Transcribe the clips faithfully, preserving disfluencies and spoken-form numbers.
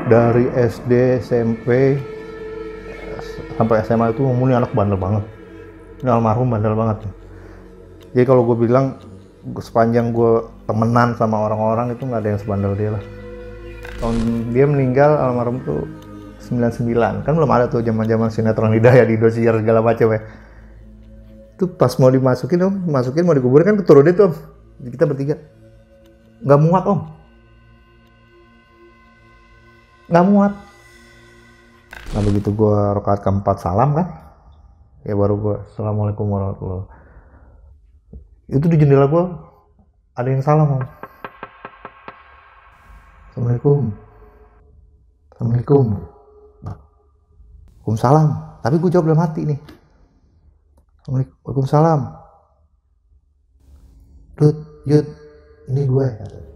Dari S D, S M P sampai S M A itu umumnya anak bandel banget. Ini almarhum bandel banget. Jadi kalau gue bilang sepanjang gue temenan sama orang-orang itu nggak ada yang sebandel dia lah. Tahun dia meninggal almarhum tuh sembilan puluh sembilan, kan belum ada tuh zaman-zaman sinetron Hidayah di Indosiar segala macam ya. Itu pas mau dimasukin om, masukin mau dikuburin kan keturun itu om. Kita bertiga nggak muat om, nggak muat. Nah begitu gue rakaat keempat salam kan, ya baru gue assalamualaikum warahmatullahi. Itu di jendela gue ada yang salam om. Assalamualaikum, assalamualaikum, waalaikumsalam. Tapi gue jawab dalam hati nih, waalaikumsalam. Dut, Yud, ini gue.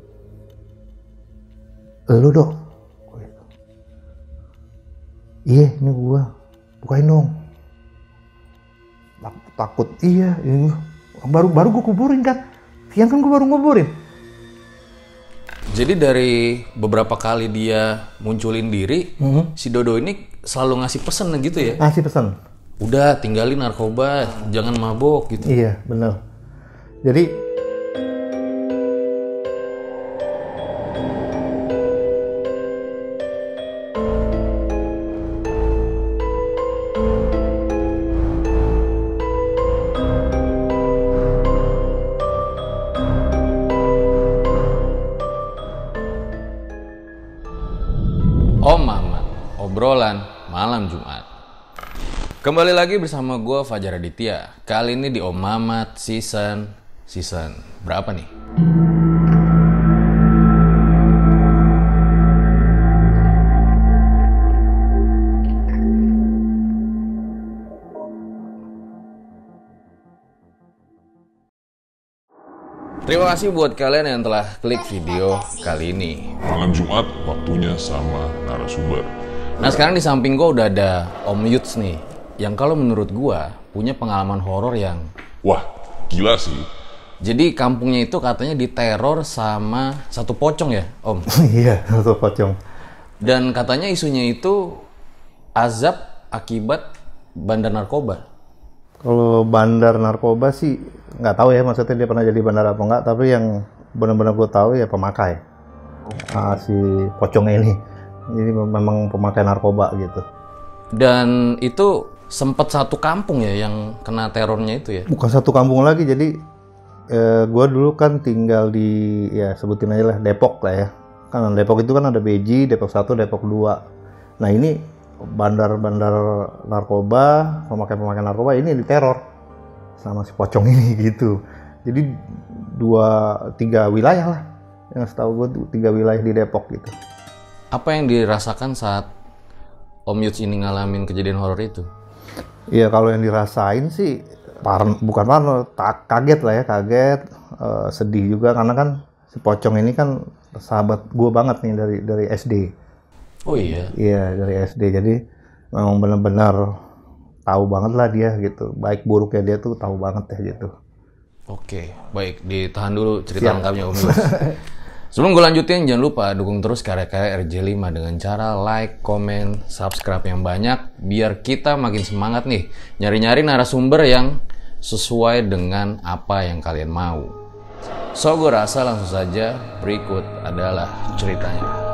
Eh lu dong. Iya, ini gue. Bukain dong. Takut, iya. Ini baru baru gue kuburin kan. Siang kan gue baru nguburin. Jadi dari beberapa kali dia munculin diri, mm-hmm. si Dodo ini selalu ngasih pesan gitu ya? Ngasih pesan. Udah, tinggalin narkoba, jangan mabok gitu. Iya, bener. Jadi Om Mamat, obrolan malam Jumat. Kembali lagi bersama gue Fajar Aditya. Kali ini di Om Mamat season season berapa nih? Terima kasih buat kalian yang telah klik video kali ini. Malam Jumat, waktunya sama narasumber. Nah sekarang di samping gue udah ada Om Yuts nih, yang kalau menurut gue punya pengalaman horor yang... Wah, gila sih. Jadi kampungnya itu katanya diteror sama satu pocong ya, Om? Iya, satu pocong. Dan katanya isunya itu azab akibat bandar narkoba. Kalau bandar narkoba sih nggak tahu ya, maksudnya dia pernah jadi bandar apa enggak, tapi yang benar-benar gue tahu ya pemakai. Ah, si pocongnya ini, ini memang pemakai narkoba gitu. Dan itu sempat satu kampung ya yang kena terornya itu ya? Bukan satu kampung lagi, jadi eh, gue dulu kan tinggal di, ya sebutin aja lah, Depok lah ya. Kan Depok itu kan ada B J, Depok satu, Depok dua. Nah ini bandar-bandar narkoba, pemakai-pemakai narkoba ini diteror sama si pocong ini gitu. Jadi dua, tiga wilayah lah. Yang setahu gue tuh tiga wilayah di Depok gitu. Apa yang dirasakan saat Om Yuts ini ngalamin kejadian horor itu? Iya kalau yang dirasain sih, par, bukan parno, tak kaget lah ya, kaget, uh, sedih juga karena kan si pocong ini kan sahabat gue banget nih dari dari S D. Oh iya? Iya dari S D, jadi memang benar-benar tahu banget lah dia gitu, baik buruknya dia tuh tahu banget ya gitu. Oke, baik, ditahan dulu cerita lengkapnya Om Yuts. Sebelum gue lanjutin, jangan lupa dukung terus karya-karya R J lima dengan cara like, komen, subscribe yang banyak, biar kita makin semangat nih nyari-nyari narasumber yang sesuai dengan apa yang kalian mau. So, gue rasa langsung saja berikut adalah ceritanya.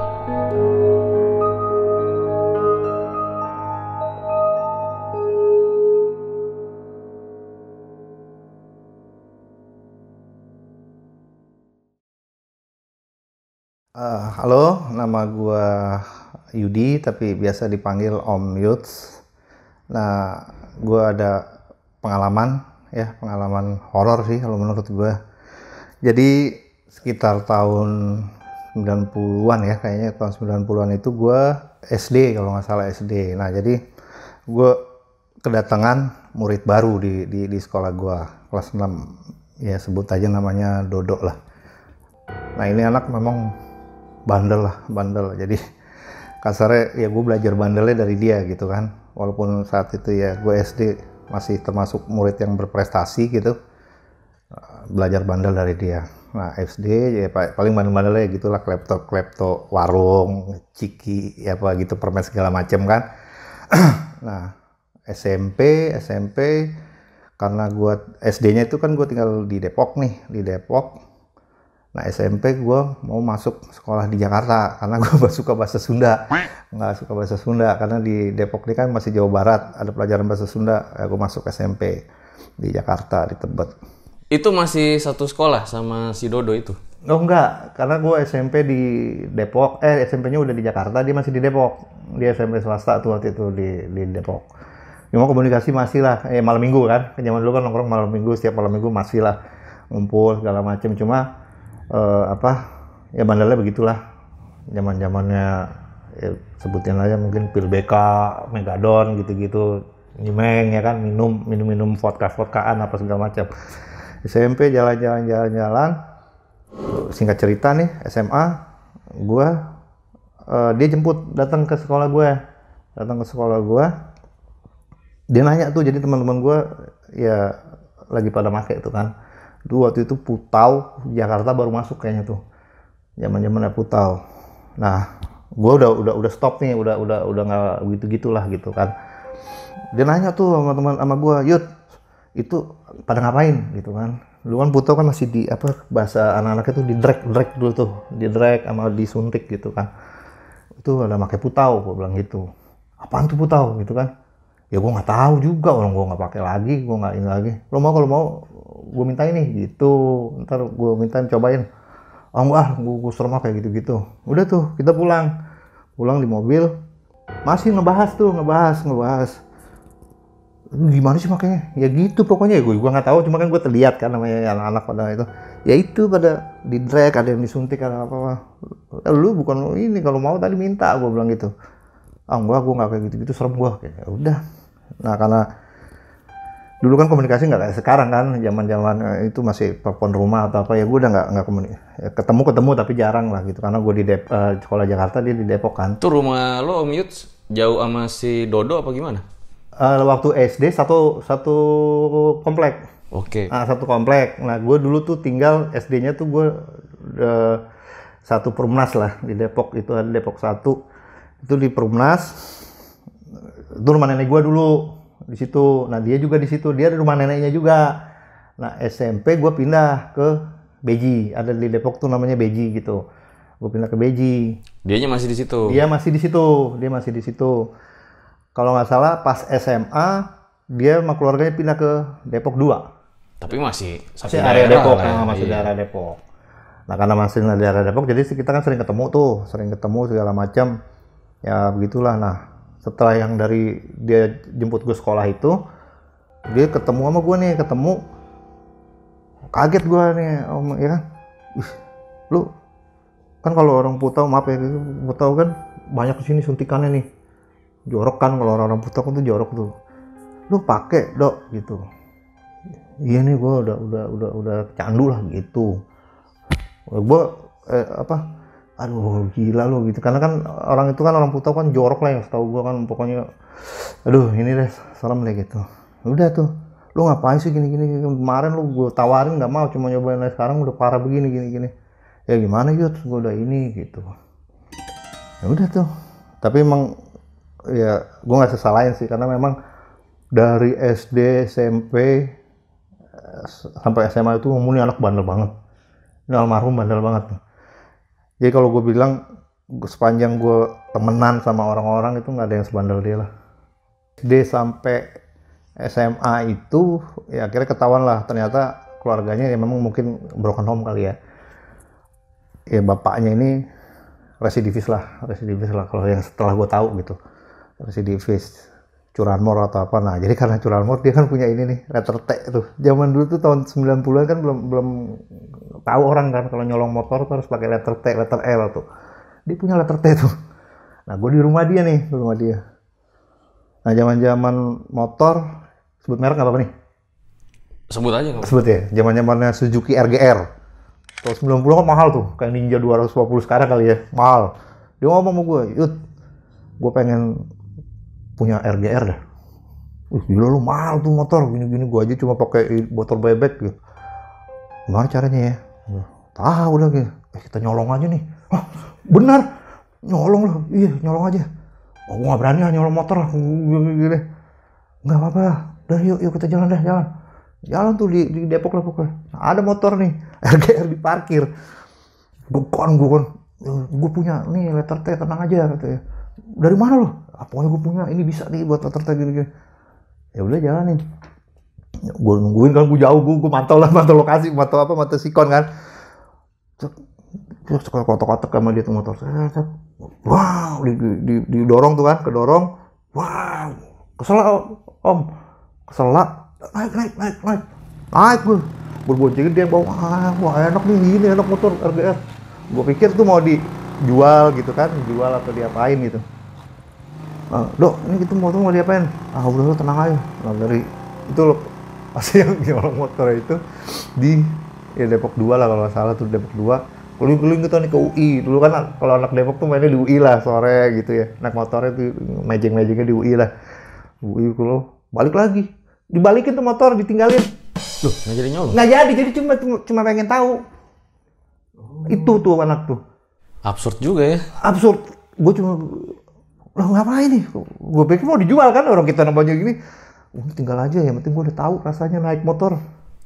Uh, halo, nama gue Yudi, tapi biasa dipanggil Om Yuts. Nah, gue ada pengalaman, ya pengalaman horor sih kalau menurut gue. Jadi sekitar tahun sembilan puluhan ya, kayaknya tahun sembilan puluhan itu gue S D kalau nggak salah S D. Nah, jadi gue kedatangan murid baru di, di, di sekolah gue, kelas enam. Ya sebut aja namanya Dodo lah. Nah, ini anak memang bandel lah, bandel. Jadi kasarnya ya gue belajar bandelnya dari dia gitu kan. Walaupun saat itu ya gue S D masih termasuk murid yang berprestasi gitu, belajar bandel dari dia. Nah S D ya pa- paling bandel-bandelnya gitulah, klepto-klepto warung, ciki, ya apa gitu, permen segala macem kan. Nah S M P, S M P karena gua S D-nya itu kan gua tinggal di Depok nih, di Depok. Nah S M P gue mau masuk sekolah di Jakarta karena gue gak suka bahasa Sunda, nggak suka bahasa Sunda karena di Depok ini kan masih Jawa Barat, ada pelajaran bahasa Sunda. Ya, gue masuk S M P di Jakarta, di Tebet. Itu masih satu sekolah sama si Dodo itu? Oh enggak, karena gue S M P di Depok, eh S M P-nya udah di Jakarta, dia masih di Depok. Dia S M P swasta tuh waktu itu di, di Depok. Cuma komunikasi masih lah, eh malam minggu kan, zaman dulu kan nongkrong malam minggu, setiap malam minggu masih lah ngumpul segala macem. Cuma Uh, apa ya bandelnya begitulah, zaman zamannya ya, sebutin aja mungkin pil B K, Megadon gitu-gitu, nyimeng ya kan, minum minum minum vodka vodkaan apa segala macam. S M P jalan-jalan jalan-jalan, singkat cerita nih S M A gue uh, dia jemput datang ke sekolah gue, datang ke sekolah gue, dia nanya tuh, jadi teman-teman gue ya lagi pada make itu kan. Dulu waktu itu Putau Jakarta baru masuk kayaknya tuh, zaman-zamannya Putau. Nah, gue udah udah udah stop nih, udah udah udah nggak gitu gitulah gitu kan. Dia nanya tuh sama teman sama gue, Yud, itu pada ngapain gitu kan? Dulu kan Putau kan masih di apa bahasa anak-anaknya tuh di drag drag dulu tuh, di drag sama disuntik gitu kan. Itu ada pakai Putau, gue bilang gitu. Apaan tuh Putau gitu kan? Ya gue nggak tahu juga, orang gue nggak pakai lagi, gue nggak ini lagi. Lo mau kalau mau gue minta ini gitu, ntar gue mintain cobain. Oh ah, gue, gue serem kayak gitu-gitu. Udah tuh kita pulang, pulang di mobil, masih ngebahas tuh, ngebahas, ngebahas. Gimana sih makanya? Ya gitu pokoknya. Gue gue nggak tahu, cuma kan gue terlihat kan namanya anak-anak pada itu. Ya itu pada di drag, ada yang disuntik, ada apa-apa. Lu bukan ini, kalau mau tadi minta, gue bilang gitu. Ah enggak, gue nggak kayak gitu-gitu, serem gue. Ya udah. Nah karena dulu kan komunikasi nggak kayak sekarang kan, zaman-zaman itu masih telepon rumah atau apa, ya gue udah nggak nggak komunikasi, ya, ketemu ketemu tapi jarang lah gitu, karena gue di Dep, uh, sekolah Jakarta, dia di Depok kan. Tuh rumah lo Om Yuts jauh sama si Dodo apa gimana? Uh, waktu S D satu satu komplek. Oke. Okay. Nah, satu komplek. Nah gue dulu tuh tinggal S D-nya tuh gue uh, satu Perumnas lah di Depok, itu ada Depok satu, itu di Perumnas, itu rumah nenek gue dulu di situ. Nah dia juga di situ, dia ada rumah neneknya juga. Nah S M P gue pindah ke Beji, ada di Depok tuh namanya Beji gitu. Gue pindah ke Beji. Dianya masih di situ. Dia masih di situ, dia masih di situ. Kalau nggak salah pas S M A dia sama keluarganya pindah ke Depok dua. Tapi masih masih area Depok, lah, nah, masih iya. daerah Depok. Nah karena masih daerah Depok, jadi kita kan sering ketemu tuh, sering ketemu segala macam. Ya begitulah. Nah setelah yang dari dia jemput gue sekolah itu, dia ketemu sama gue nih, ketemu, kaget gue nih, om, ya kan, Wih, lu kan kalau orang Putau, maaf ya, Putau kan banyak kesini suntikannya nih, jorok kan, kalau orang-orang Putau kan tuh jorok tuh, lu pakai dok gitu, iya nih gue udah udah udah udah candu lah gitu, gue eh, apa aduh gila lo gitu, karena kan orang itu kan orang Putau kan jorok lah, yang setahu gue kan, pokoknya aduh ini deh serem deh gitu. Udah tuh, lu ngapain sih gini-gini, kemarin lu gue tawarin nggak mau, cuma nyobain, sekarang udah parah begini gini-gini. Ya gimana Yud, gue udah ini gitu. Ya udah tuh, tapi emang ya gue nggak sesalahin sih, karena memang dari S D, S M P sampai S M A itu umumnya anak bandel banget. Ini almarhum bandel banget tuh. Jadi kalau gue bilang sepanjang gue temenan sama orang-orang itu nggak ada yang sebandel dia lah. S D sampai S M A itu ya akhirnya ketahuan lah, ternyata keluarganya ya memang mungkin broken home kali ya. Ya bapaknya ini residivis lah, residivis lah kalau yang setelah gue tahu gitu, residivis curanmor atau apa. Nah jadi karena curanmor dia kan punya ini nih, letter T tuh. Zaman dulu tuh tahun sembilan puluhan kan belum belum tahu orang kan kalau nyolong motor tuh harus pakai letter T, letter L tuh. Dia punya letter T tuh. Nah gue di rumah dia nih, di rumah dia. Nah zaman-zaman motor, sebut merek nggak apa-apa nih? Sebut aja nggak? Sebut ya, zaman-zamannya Suzuki R G R. Tahun sembilan puluh kan mahal tuh, kayak Ninja dua ratus lima puluh sekarang kali ya, mahal. Dia ngomong sama gue, Yud, gue pengen punya R G R dah. Uh, gila lu, mahal tuh motor, gini-gini, gue aja cuma pakai motor bebek gitu. Gimana caranya ya? Tahu udah gitu. Eh, kita nyolong aja nih. Hah, benar. Nyolong loh. Iya, nyolong aja. Oh, gue gak berani lah nyolong motor lah. Gini. Nggak apa-apa. Udah yuk, yuk kita jalan dah, jalan. Jalan tuh di, di Depok lah pokoknya. Nah, ada motor nih. R G R diparkir. Bukan, gue kan. Gue punya nih letter T, tenang aja katanya. Dari mana lo? Ah, pokoknya gue punya. Ini bisa nih buat letter T gini-gini. Ya udah jalanin. Gue nungguin kan, gue jauh, gue, gue mantau lah, mantau lokasi, mantau apa, mantau sikon kan. Terus kalau kotak-kotak sama dia tuh motor, wow, didorong tuh kan, kedorong, wow, keselak om, keselak, naik, naik, naik, naik, naik gue, berboncengin dia bawa, wah enak nih, ini enak motor R G R. Gue pikir tuh mau dijual gitu kan, dijual atau diapain gitu. Uh, dok, ini gitu motor mau diapain? Ah udah lo tenang aja. Nah dari itu lo pasti yang nyolong motor itu di ya Depok dua lah kalau nggak salah tuh, Depok dua. Keliling-keliling gitu nih ke U I. Dulu kan kalau anak Depok tuh mainnya di U I lah sore gitu ya. Naik motornya tuh mejeng-mejengnya di U I lah. U I kalau balik lagi, dibalikin tuh motor, ditinggalin. Loh, nggak jadi nyolong? Nggak jadi, jadi cuma cuma pengen tahu. Oh. Itu tuh anak tuh. Absurd juga ya. Absurd. Gue cuma lah ngapain nih? Gue pikir mau dijual kan, orang kita namanya gini. Oh, tinggal aja, yang penting gue udah tahu rasanya naik motor.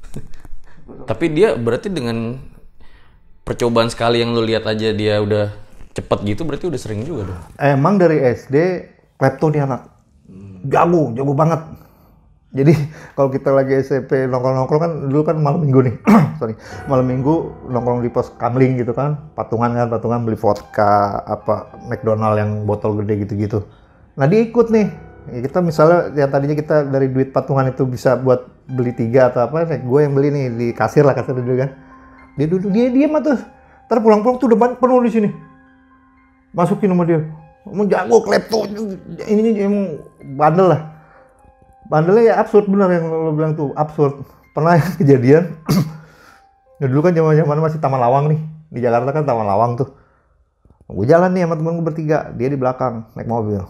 Tapi dia berarti dengan percobaan sekali yang lu lihat aja dia udah cepet gitu, berarti udah sering juga dong. Emang dari S D klepto nih anak. Jago, jago banget. Jadi kalau kita lagi S M P nongkrong-nongkrong kan dulu kan malam minggu nih. Sorry. Malam minggu nongkrong di pos Kamling gitu kan. Patungan kan, patungan beli vodka, apa McDonald yang botol gede gitu-gitu. Nah, dia ikut nih. Ya, kita misalnya yang tadinya kita dari duit patungan itu bisa buat beli tiga atau apa, nih gue yang beli nih di kasir lah, kasir dulu kan. Dia duduk, dia diam tuh. Ntar pulang-pulang tuh udah penuh di sini. Masukin sama dia. Emang jago, klepto. Ini emang bandel lah. Bandelnya ya absurd bener yang lo bilang tuh, absurd. Pernah kejadian. Ya dulu kan zaman-zaman masih Taman Lawang nih. Di Jakarta kan Taman Lawang tuh. Gue jalan nih sama temen gue bertiga. Dia di belakang, naik mobil.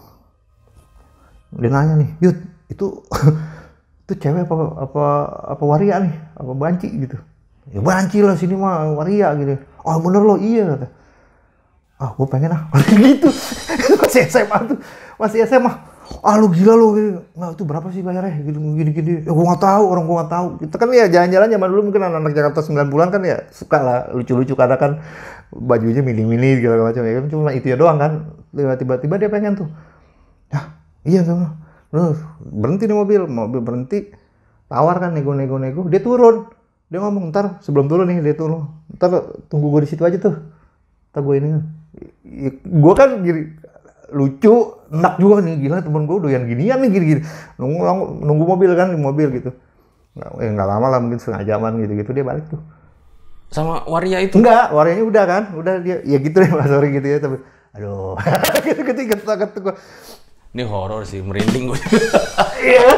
Dia nanya nih, Yud, itu itu cewek apa apa apa waria nih, apa banci gitu? Ya banci lah, sini mah waria gitu. Oh bener lo, iya kata. Ah gue pengen ah, gitu. Masih S M A tuh, masih S M A. Ah lu gila lu, nggak itu berapa sih bayarnya? Gitu gini gini. Ya gue nggak tahu, orang gue nggak tahu. Kita kan ya jalan-jalan zaman dulu mungkin anak-anak Jakarta sembilan bulan kan ya suka lah lucu-lucu, kadang kan bajunya mini-mini segala macam ya kan, cuma itu ya doang kan. Tiba-tiba dia pengen tuh. Ya iya sama, terus berhenti nih mobil, mobil berhenti, tawar kan nego-nego-nego, dia turun, dia ngomong ntar sebelum turun nih dia turun, ntar tunggu gue di situ aja tuh, ntar gue ini, gue kan gini, lucu, enak juga nih, gila temen gue doyan ginian nih gini-gini, nunggu, nunggu mobil kan di mobil gitu, nggak, eh, nggak lama lah mungkin setengah jaman gitu-gitu dia balik tuh. Sama waria itu? Enggak, warianya udah kan, udah dia, ya gitu deh mas sorry gitu ya, tapi, aduh, gitu-gitu inget banget tuh gue. Ini horor sih, merinding gue. Iya.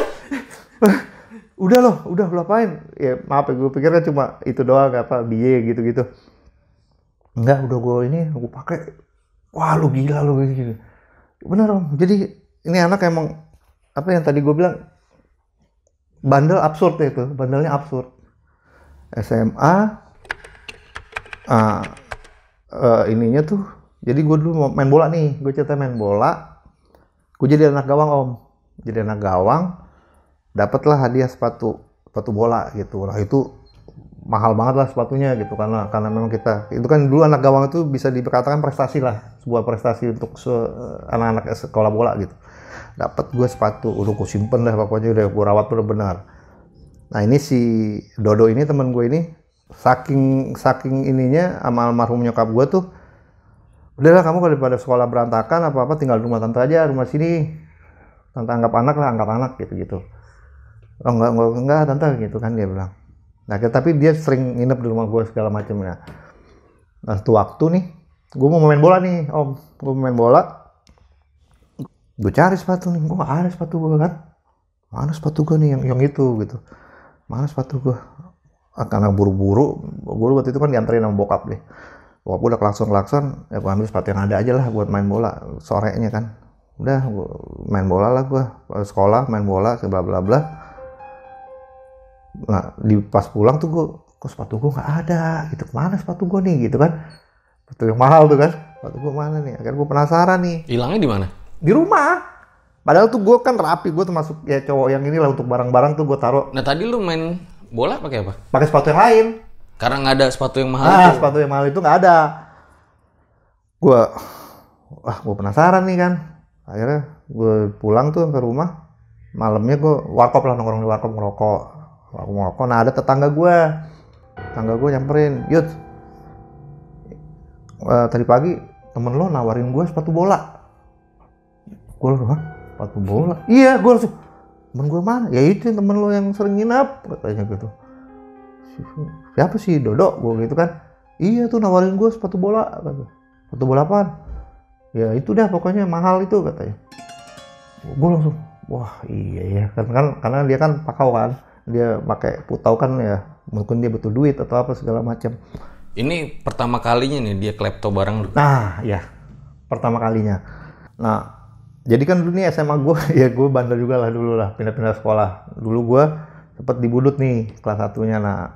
Udah loh, udah ngapain? Ya maaf ya, gue pikir kan cuma itu doang, apa biye gitu-gitu. Enggak, udah gue ini, gue pakai. Wah lu gila lu gitu. Bener om. Jadi ini anak emang apa yang tadi gue bilang, bandel absurd ya itu, bandelnya absurd. S M A, uh, uh, ininya tuh. Jadi gue dulu mau main bola nih, gue cerita main bola. Gue jadi anak gawang om, jadi anak gawang, dapatlah hadiah sepatu, sepatu bola gitu. Nah itu mahal banget lah sepatunya gitu, karena karena memang kita itu kan dulu anak gawang itu bisa dikatakan prestasi lah, sebuah prestasi untuk se- anak-anak sekolah bola gitu. Dapat gue sepatu, udah gue simpen lah pokoknya, udah gue rawat bener-bener. Nah ini si Dodo ini teman gue ini, saking saking ininya sama almarhum nyokap gue tuh. Udahlah kamu kalau pada sekolah berantakan apa-apa tinggal di rumah tante aja, rumah sini. Tante anggap anak lah, anggap anak gitu-gitu. Oh enggak, enggak, enggak tante gitu kan dia bilang. Nah tapi dia sering nginep di rumah gue segala macamnya. Nah satu waktu nih, gue mau main bola nih om. Gue mau main bola. Gue cari sepatu nih, gue gak ada sepatu gue kan. Mana sepatu gue nih yang, yang itu gitu. Mana sepatu gue. Karena buru-buru, gue waktu itu kan dianterin sama bokap deh. Wah, udah klakson-klakson, ya gue ambil sepatu yang ada aja lah buat main bola sorenya kan. Udah, gua main bola lah gue, sekolah main bola, bla bla bla. Nah, di pas pulang tuh gue kok sepatu gue nggak ada gitu, kemana sepatu gue nih gitu kan, sepatu yang mahal tuh kan, sepatu gue mana nih, akhirnya gue penasaran nih. Hilangnya di mana? Di rumah. Padahal tuh gue kan rapi, gue termasuk ya cowok yang inilah, untuk barang-barang tuh gue taruh. Nah tadi lu main bola pakai apa? Pakai sepatu yang lain. Karena nggak ada sepatu yang mahal Ah, itu. sepatu yang mahal itu nggak ada. Gue, wah gue penasaran nih kan. Akhirnya gue pulang tuh ke rumah. Malamnya gue warkop lah, nongkrong di warkop ngerokok. Warkop ngerokok. Nah ada tetangga gue. Tetangga gue nyamperin, Yud, uh, tadi pagi temen lo nawarin gue sepatu bola. Gue langsung, hah? Sepatu bola? Iya, gue langsung, temen gue mana? Ya itu temen lo yang sering nginap, katanya gitu. Siapa sih? Dodo? Gue gitu kan. Iya tuh nawarin gue sepatu bola. Sepatu bola apaan? Ya itu dah pokoknya mahal itu, katanya. Gue langsung, wah iya ya. Kan, kan, karena dia kan pakau kan. Dia pakai putau kan ya. Mungkin dia butuh duit atau apa segala macam. Ini pertama kalinya nih dia klepto barang. Nah ya, pertama kalinya. Nah jadi kan dulu nih S M A gue, ya gue bandel juga lah dulu lah, pindah-pindah sekolah. Dulu gue sempet di Budut nih, kelas satunya. Nah,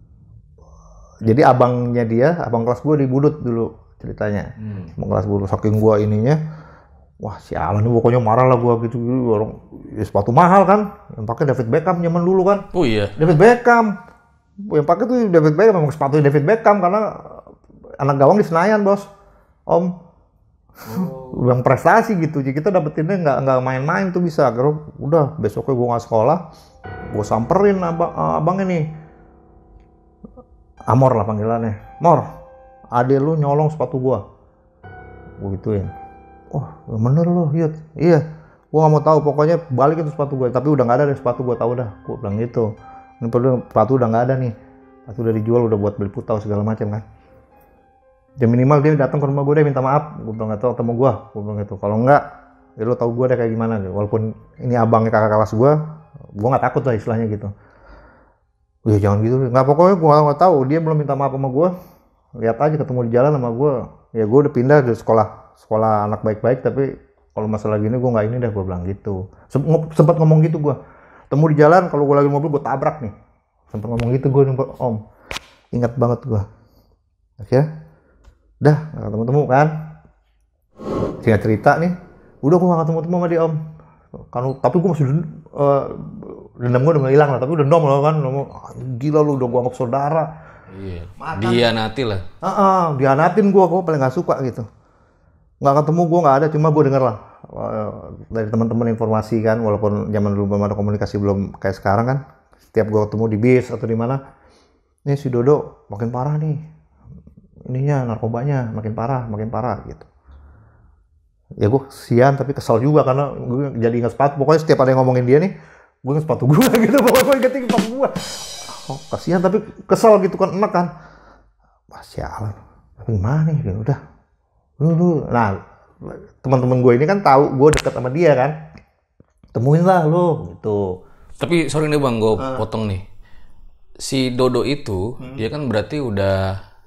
jadi abangnya dia, abang kelas gue di Budut dulu ceritanya. Hmm. Abang kelas Budut, saking gue ininya, wah sialan nih pokoknya marah lah gue gitu. Orang ya, sepatu mahal kan, yang pakai David Beckham zaman dulu kan. Oh iya. David Beckham, yang pakai tuh David Beckham, memang sepatu David Beckham karena anak gawang di Senayan bos, om. Oh. Yang prestasi gitu, jadi kita dapetinnya nggak nggak main-main tuh bisa. Akhirnya udah besoknya gue nggak sekolah, gue samperin abang abangnya nih, Amor lah panggilannya, Mor, ade lu nyolong sepatu gue, gue gituin. Oh bener lo, iya, iya, gue nggak mau tahu, pokoknya balik itu sepatu gue. Tapi udah nggak ada deh sepatu gue, tahu dah, gue bilang gitu. Ini perlu sepatu udah nggak ada nih, sepatu udah dijual, udah buat beli putau segala macam kan. Ya minimal dia datang ke rumah gue deh minta maaf, gue bilang atau ketemu gue, gue bilang gitu. Kalau enggak, ya lo tau gue deh kayak gimana gitu. Walaupun ini abangnya kakak kelas gue, gue nggak takut lah istilahnya gitu. Ya jangan gitu, nggak pokoknya gue nggak tahu. Dia belum minta maaf sama gue, lihat aja ketemu di jalan sama gue. Ya gue udah pindah ke sekolah, sekolah anak baik-baik. Tapi kalau masalah gini gue nggak ini dah, gue bilang gitu. Sempat ngomong gitu gue, temu di jalan kalau gue lagi mobil gue tabrak nih. Sempat ngomong gitu gue nih om, ingat banget gue. Oke. Dah, gak ketemu-temu kan. Singkat cerita nih, udah gue gak ketemu-temu sama dia om. Kan, tapi gue masih dendam, uh, dendam gue udah gak hilang lah. Tapi udah dendam lah kan, gila lu udah gue anggap saudara. Iya, dihianati lah. Uh -uh, dihianatin gue, gue paling gak suka gitu. Gak ketemu gue gak ada, cuma gue denger lah. Uh, dari teman-teman informasi kan, walaupun zaman dulu belum ada komunikasi, belum kayak sekarang kan. Setiap gue ketemu di bis atau di mana, nih si Dodo makin parah nih. Ininya narkobanya makin parah, makin parah gitu. Ya gue kesian tapi kesel juga karena gue jadi ingat sepatu. Pokoknya setiap ada yang ngomongin dia nih, gue ingat sepatu gue gitu. Pokoknya gue ingetin sepatu gue. Oh kasihan tapi kesel gitu kan, enak kan. Wah sialan. Tapi gimana nih? Ya udah. Lu, lu. Nah teman-teman gue ini kan tahu gue deket sama dia kan. Temuin lah lu gitu. Tapi sorry nih bang, gue uh. potong nih. Si Dodo itu, hmm. dia kan berarti udah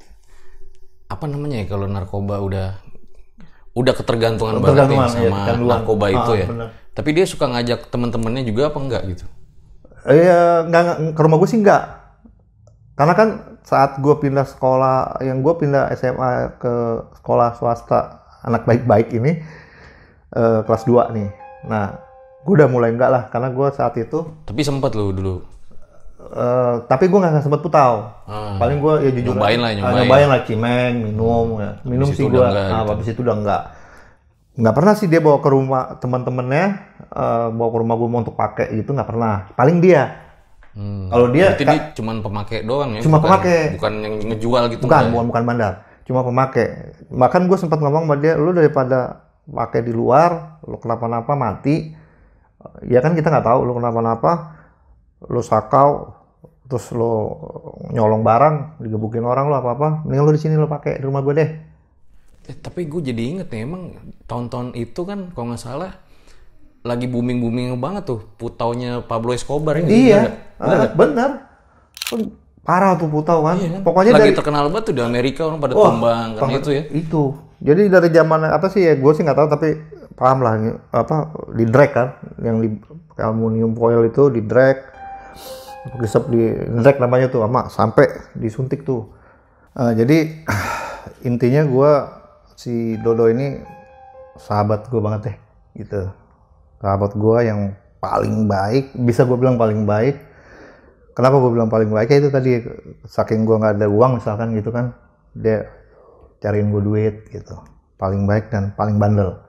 apa namanya ya kalau narkoba udah udah ketergantungan banget ya sama ya, narkoba ah, itu ya. Bener. Tapi dia suka ngajak teman-temannya juga apa enggak gitu? Iya, enggak, ke rumah gue sih enggak. Karena kan saat gue pindah sekolah, yang gue pindah S M A ke sekolah swasta anak baik-baik ini eh, kelas dua nih. Nah, gue udah mulai enggak lah karena gue saat itu. Tapi sempet lo dulu. Uh, tapi gue nggak sempet putau. Hmm. Paling gue ya jujur nyobain lah, nyobain. Uh, nyobain lah cimeng, minum, hmm. ya. minum habis sih gue. Nah, gitu. Habis itu udah enggak. Nggak pernah sih dia bawa ke rumah teman-temannya, uh, bawa ke rumah gue untuk pakai gitu nggak pernah. Paling dia. Hmm. Kalau dia. Berarti dia cuma pemakai doang ya. Cuma bukan, pemakai. Bukan yang ngejual gitu. Bukan, bukan, bukan bandar. Cuma pemakai. Bahkan gue sempat ngomong sama dia, lu daripada pakai di luar, lu kenapa-napa mati. Ya kan kita nggak tahu lu kenapa-napa. Lo sakau, terus lo nyolong barang, digebukin orang lo apa-apa, mending lo di sini lo pakai di rumah gue deh. Eh, tapi gue jadi inget nih, emang tahun-tahun itu kan kalau nggak salah lagi booming-booming banget tuh putaunya Pablo Escobar ini. Iya, bener, bener. Parah tuh putau kan. Iya, kan? Pokoknya lagi dari, terkenal banget tuh di Amerika orang pada oh, tumbang karena itu ya. Itu. Jadi dari zaman apa sih ya, gue sih nggak tahu tapi paham lah apa di drag kan, yang di aluminium foil itu di drag. Gesep di Drake namanya tuh, sama sampai disuntik tuh. Uh, jadi intinya gue si Dodo ini sahabat gue banget deh, gitu. Sahabat gue yang paling baik, bisa gue bilang paling baik. Kenapa gue bilang paling baik? Ya itu tadi, saking gue nggak ada uang misalkan gitu kan, dia cariin gue duit gitu. Paling baik dan paling bandel.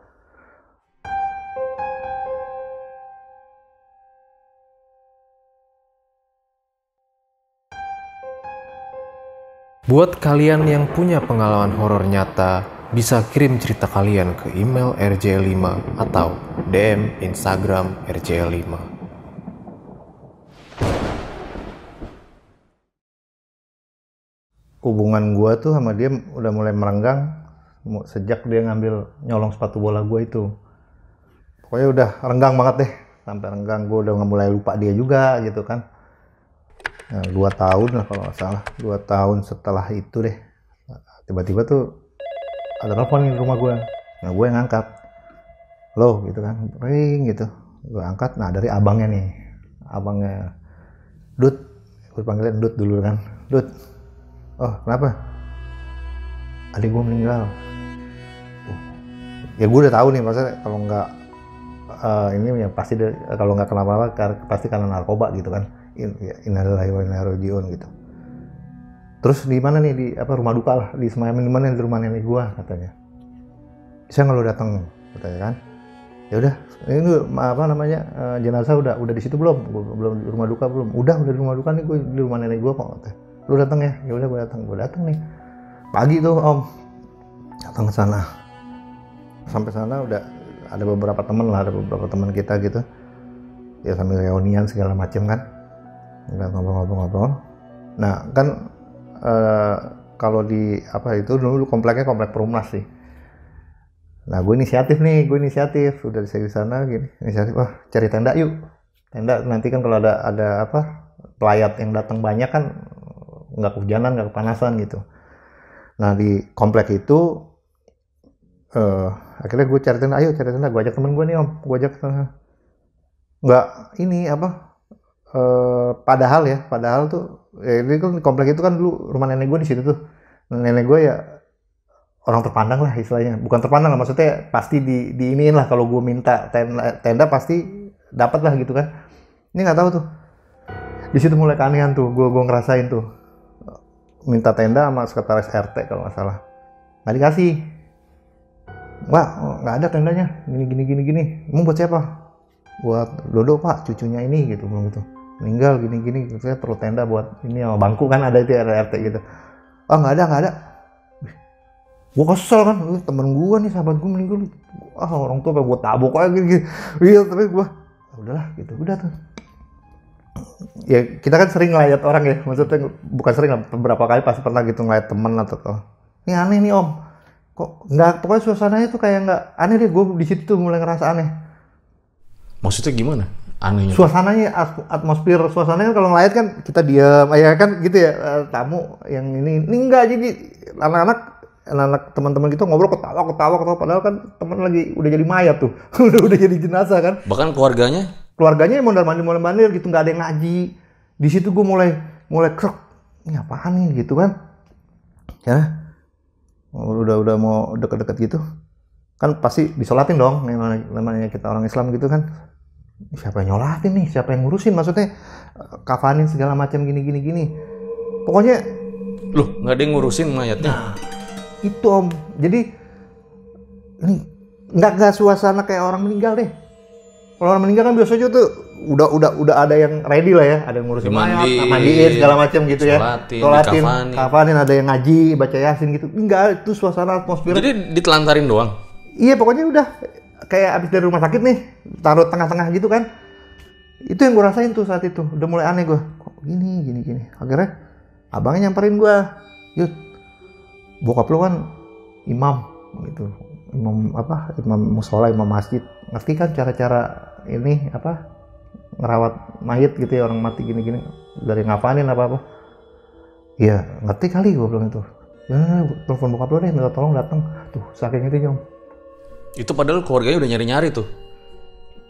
Buat kalian yang punya pengalaman horor nyata, bisa kirim cerita kalian ke email r j lima atau D M Instagram r j lima. Hubungan gue tuh sama dia udah mulai merenggang sejak dia ngambil nyolong sepatu bola gue itu. Pokoknya udah renggang banget deh, sampai renggang. Gue udah mulai lupa dia juga gitu kan. Nah, dua tahun lah kalau nggak salah, dua tahun setelah itu deh, tiba-tiba tuh ada telepon di rumah gue. Nah, gue yang ngangkat, lo gitu kan, ring gitu, gue angkat. Nah, dari abangnya nih, abangnya Dut, gue panggilnya Dut dulu kan, Dut, oh kenapa? Adik gue meninggal. Uh, ya gue udah tahu nih, maksudnya kalau nggak uh, ini ya pasti kalau nggak kenapa-napa pasti karena narkoba gitu kan. Innalillahi wa inna ilaihi raji'un gitu. Terus di mana nih, di apa rumah duka lah, di Semayam di mana, di rumah nenek gua katanya. Bisa nggak lo datang katanya kan? Ya udah, ini apa namanya uh, jenazah udah udah di situ belum? Belum di rumah duka belum? Udah udah di rumah duka nih, gue di rumah nenek gua kok katanya. Lu datang ya? Ya udah gue datang, gue datang nih. Pagi tuh Om datang ke sana. Sampai sana udah ada beberapa teman lah, ada beberapa teman kita gitu. Ya sambil reunian segala macam kan. Udah ngobrol-ngobrol-ngobrol. Nah kan uh, kalau di apa itu dulu kompleknya komplek Perumnas sih. Nah gue inisiatif nih, gue inisiatif udah di sana gini, inisiatif wah cari tenda yuk. Tenda nanti kan kalau ada ada apa pelayat yang datang banyak kan nggak kehujanan, nggak kepanasan gitu. Nah di komplek itu uh, akhirnya gue cari tenda, ayo cari tenda, gue ajak temen gue nih Om, gue ajak nggak ini apa. Uh, padahal ya, padahal tuh ya ini kan komplek itu kan dulu rumah nenek gue di situ tuh. Nenek gue ya orang terpandang lah istilahnya, bukan terpandang lah, maksudnya pasti di diiniin lah kalau gue minta tenda, tenda pasti dapat lah gitu kan. Ini nggak tahu tuh, di situ mulai keanehan tuh, gue gue ngerasain tuh minta tenda sama sekretaris R T kalau nggak salah, nggak dikasih. Wah nggak ada tendanya, gini gini gini gini. Mau buat siapa? Buat Dodo Pak, cucunya ini gitu, belum gitu. Meninggal gini-gini, saya perlu tenda buat ini sama bangku kan ada itu R T gitu. Oh nggak ada nggak ada. Gue kesel kan, temen gue nih sahabat gue meninggal. Ah orang tua gue tabok aja gitu. Iya tapi gue, udahlah gitu, udah tuh. Ya kita kan sering ngeliat orang ya, maksudnya bukan sering lah, beberapa kali pasti pernah gitu ngeliat temen atau apa. Ini aneh nih Om, kok nggak, pokoknya suasananya tuh kayak nggak aneh deh. Gue di situ tuh mulai ngerasa aneh. Maksudnya gimana? Anehnya? Suasananya, atmosfer suasananya kalau ngeliat kan kita diam, ya kan gitu ya, tamu yang ini, ini enggak, jadi anak-anak, anak-anak teman-teman kita ngobrol ketawa, ketawa, ketawa, padahal kan teman lagi udah jadi mayat tuh, udah udah jadi jenazah kan. Bahkan keluarganya? Keluarganya mondar mandir, mondar mandir gitu, nggak ada yang ngaji. Di situ gue mulai, mulai krek, ini apaan nih gitu kan? Ya, udah udah mau deket-deket gitu, kan pasti disolatin dong, namanya kita orang Islam gitu kan. Siapa yang nyolatin nih, siapa yang ngurusin, maksudnya kafanin segala macam gini gini gini, pokoknya loh nggak ada yang ngurusin mayatnya. Nah, itu Om, jadi ini nggak nggak suasana kayak orang meninggal deh. Kalau orang meninggal kan biasanya tuh udah udah udah ada yang ready lah ya, ada yang ngurusin mayat, mandiin segala macam gitu ya, sholatin, kafanin, ada yang ngaji, baca yasin gitu. Enggak, itu suasana atmosfer. Jadi ditelantarin doang? Iya pokoknya udah kayak abis dari rumah sakit nih, taruh tengah-tengah gitu kan. Itu yang gue rasain tuh saat itu, udah mulai aneh gue. Kok gini, gini, gini. Akhirnya abangnya nyamperin gue, Yud, bokap lu kan imam gitu, imam apa, imam musola, imam masjid. Ngerti kan cara-cara ini apa, ngerawat mayit gitu ya, orang mati gini-gini, dari ngapain apa-apa. Iya, ngerti kali gue bilang itu. Ya, telepon bokap lu deh, minta tolong datang. Tuh, saking itu Om. Itu padahal keluarganya udah nyari-nyari tuh.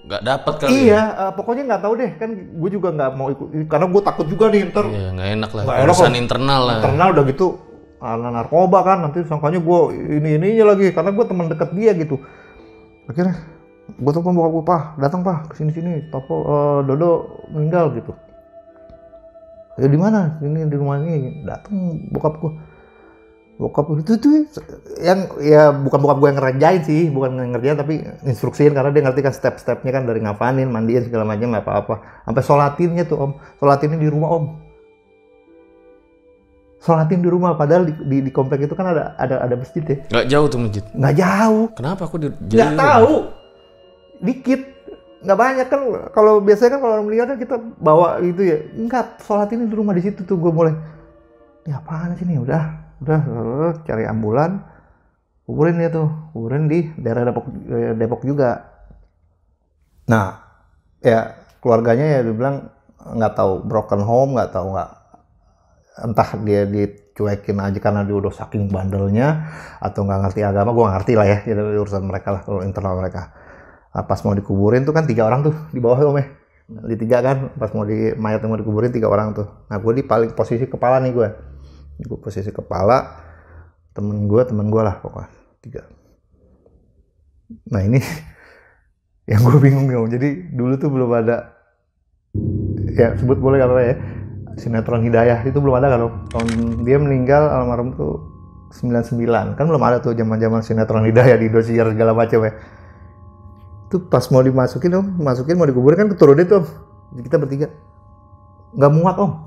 nggak dapat kali. Iya, uh, pokoknya nggak tahu deh kan. Gue juga nggak mau ikut karena gue takut juga nih ntar. Iya, nggak enak lah. Nggak enak Urusan kok. internal lah. Internal udah gitu, anak narkoba kan nanti sangkanya gue ini ininya lagi karena gue teman dekat dia gitu. Akhirnya gue telepon bokap gue, "Pak, datang Pak, kesini sini. Topo uh, Dodo meninggal gitu." "Ya di mana?" "Ini di rumah ini." Datang bokap gue. Bokap itu tuh yang ya bukan bokap gue yang ngerjain sih, bukan ngerjain tapi instruksiin karena dia ngerti kan step-stepnya kan dari ngapain, mandiin segala macam apa-apa. Sampai sholatinnya tuh Om, sholatinnya di rumah Om. Sholatin di rumah padahal di, di, di komplek itu kan ada ada ada masjid ya. Nggak jauh tuh masjid. Nggak jauh. Kenapa aku di Nggak tahu. Dikit. Nggak banyak kan. Kalau biasanya kan kalau orang meninggal kan kita bawa gitu ya. Enggak, sholatin di rumah di situ tuh gue mulai. Ini apaan sih nih? Udah. Udah, cari ambulan, kuburin dia tuh, kuburin di daerah Depok, Depok juga. Nah, ya keluarganya ya dibilang nggak tahu broken home, nggak tahu nggak, entah dia dicuekin aja karena dia udah saking bandelnya atau nggak ngerti agama, gue nggak ngerti lah ya, itu urusan mereka lah kalau internal mereka. Nah, pas mau dikuburin tuh kan tiga orang tuh di bawah tuh, meh, di tiga kan, pas mau di mayat mau dikuburin tiga orang tuh. Nah, gue di paling posisi kepala nih gue. Gue posisi kepala, temen gue, temen gue lah pokoknya, tiga. Nah ini yang gue bingung nih Om, jadi dulu tuh belum ada, ya sebut boleh apa ya, sinetron Hidayah itu belum ada kan Om. Tahun dia meninggal almarhum tuh sembilan puluh sembilan, kan belum ada tuh zaman-zaman sinetron Hidayah di Indosiar segala macam ya. Tuh pas mau dimasukin Om, masukin mau dikuburin kan keturunin tuh Om, jadi kita bertiga, nggak muat Om.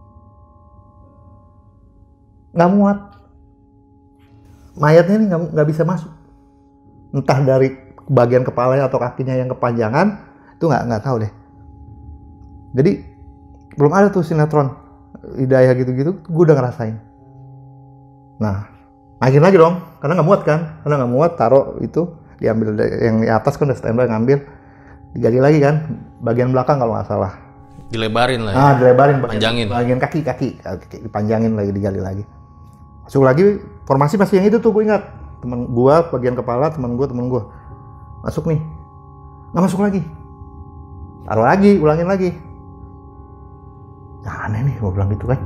Nggak muat, mayatnya ini nggak nggak bisa masuk, entah dari bagian kepalanya atau kakinya yang kepanjangan itu nggak nggak tahu deh. Jadi belum ada tuh sinetron Hidayah gitu-gitu, gue udah ngerasain. Nah, akhir lagi dong, karena nggak muat kan, karena nggak muat taruh itu diambil yang di atas kan udah standby ngambil, digali lagi kan, bagian belakang kalau nggak salah. Dilebarin lah ya. Ah, dilebarin, panjangin. Bagian kaki, kaki, kaki, dipanjangin lagi, digali lagi. Masuk lagi, formasi masih yang itu tuh gue ingat. Temen gue, bagian kepala, temen gue, temen gue. Masuk nih. Nggak masuk lagi. Taruh lagi, ulangin lagi. Nah, aneh nih, gue bilang gitu kan.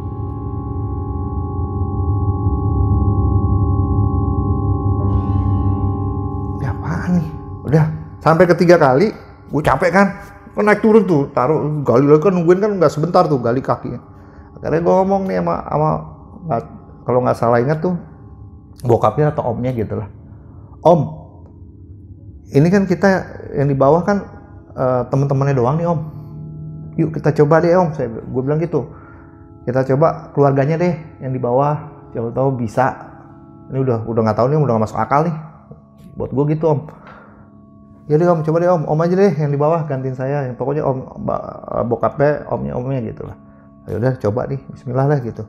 Ini apaan nih? Udah, sampai ketiga kali, gue capek kan. Kan naik turun tuh, taruh, gali lagi kan, nungguin kan nggak sebentar tuh, gali kakinya. Akhirnya gue ngomong nih sama, sama kalau nggak salah ingat tuh bokapnya atau omnya gitu lah, "Om, ini kan kita yang di bawah kan uh, teman-temannya doang nih Om, yuk kita coba deh Om," saya gue bilang gitu, "kita coba keluarganya deh yang di bawah, siapa tahu bisa." Ini udah udah nggak tahu nih, udah nggak masuk akal nih buat gue gitu Om. "Ya deh Om, coba deh Om, Om aja deh yang di bawah gantiin saya, yang pokoknya Om bokapnya, omnya omnya gitu lah." "Ya udah coba nih, Bismillah lah gitu."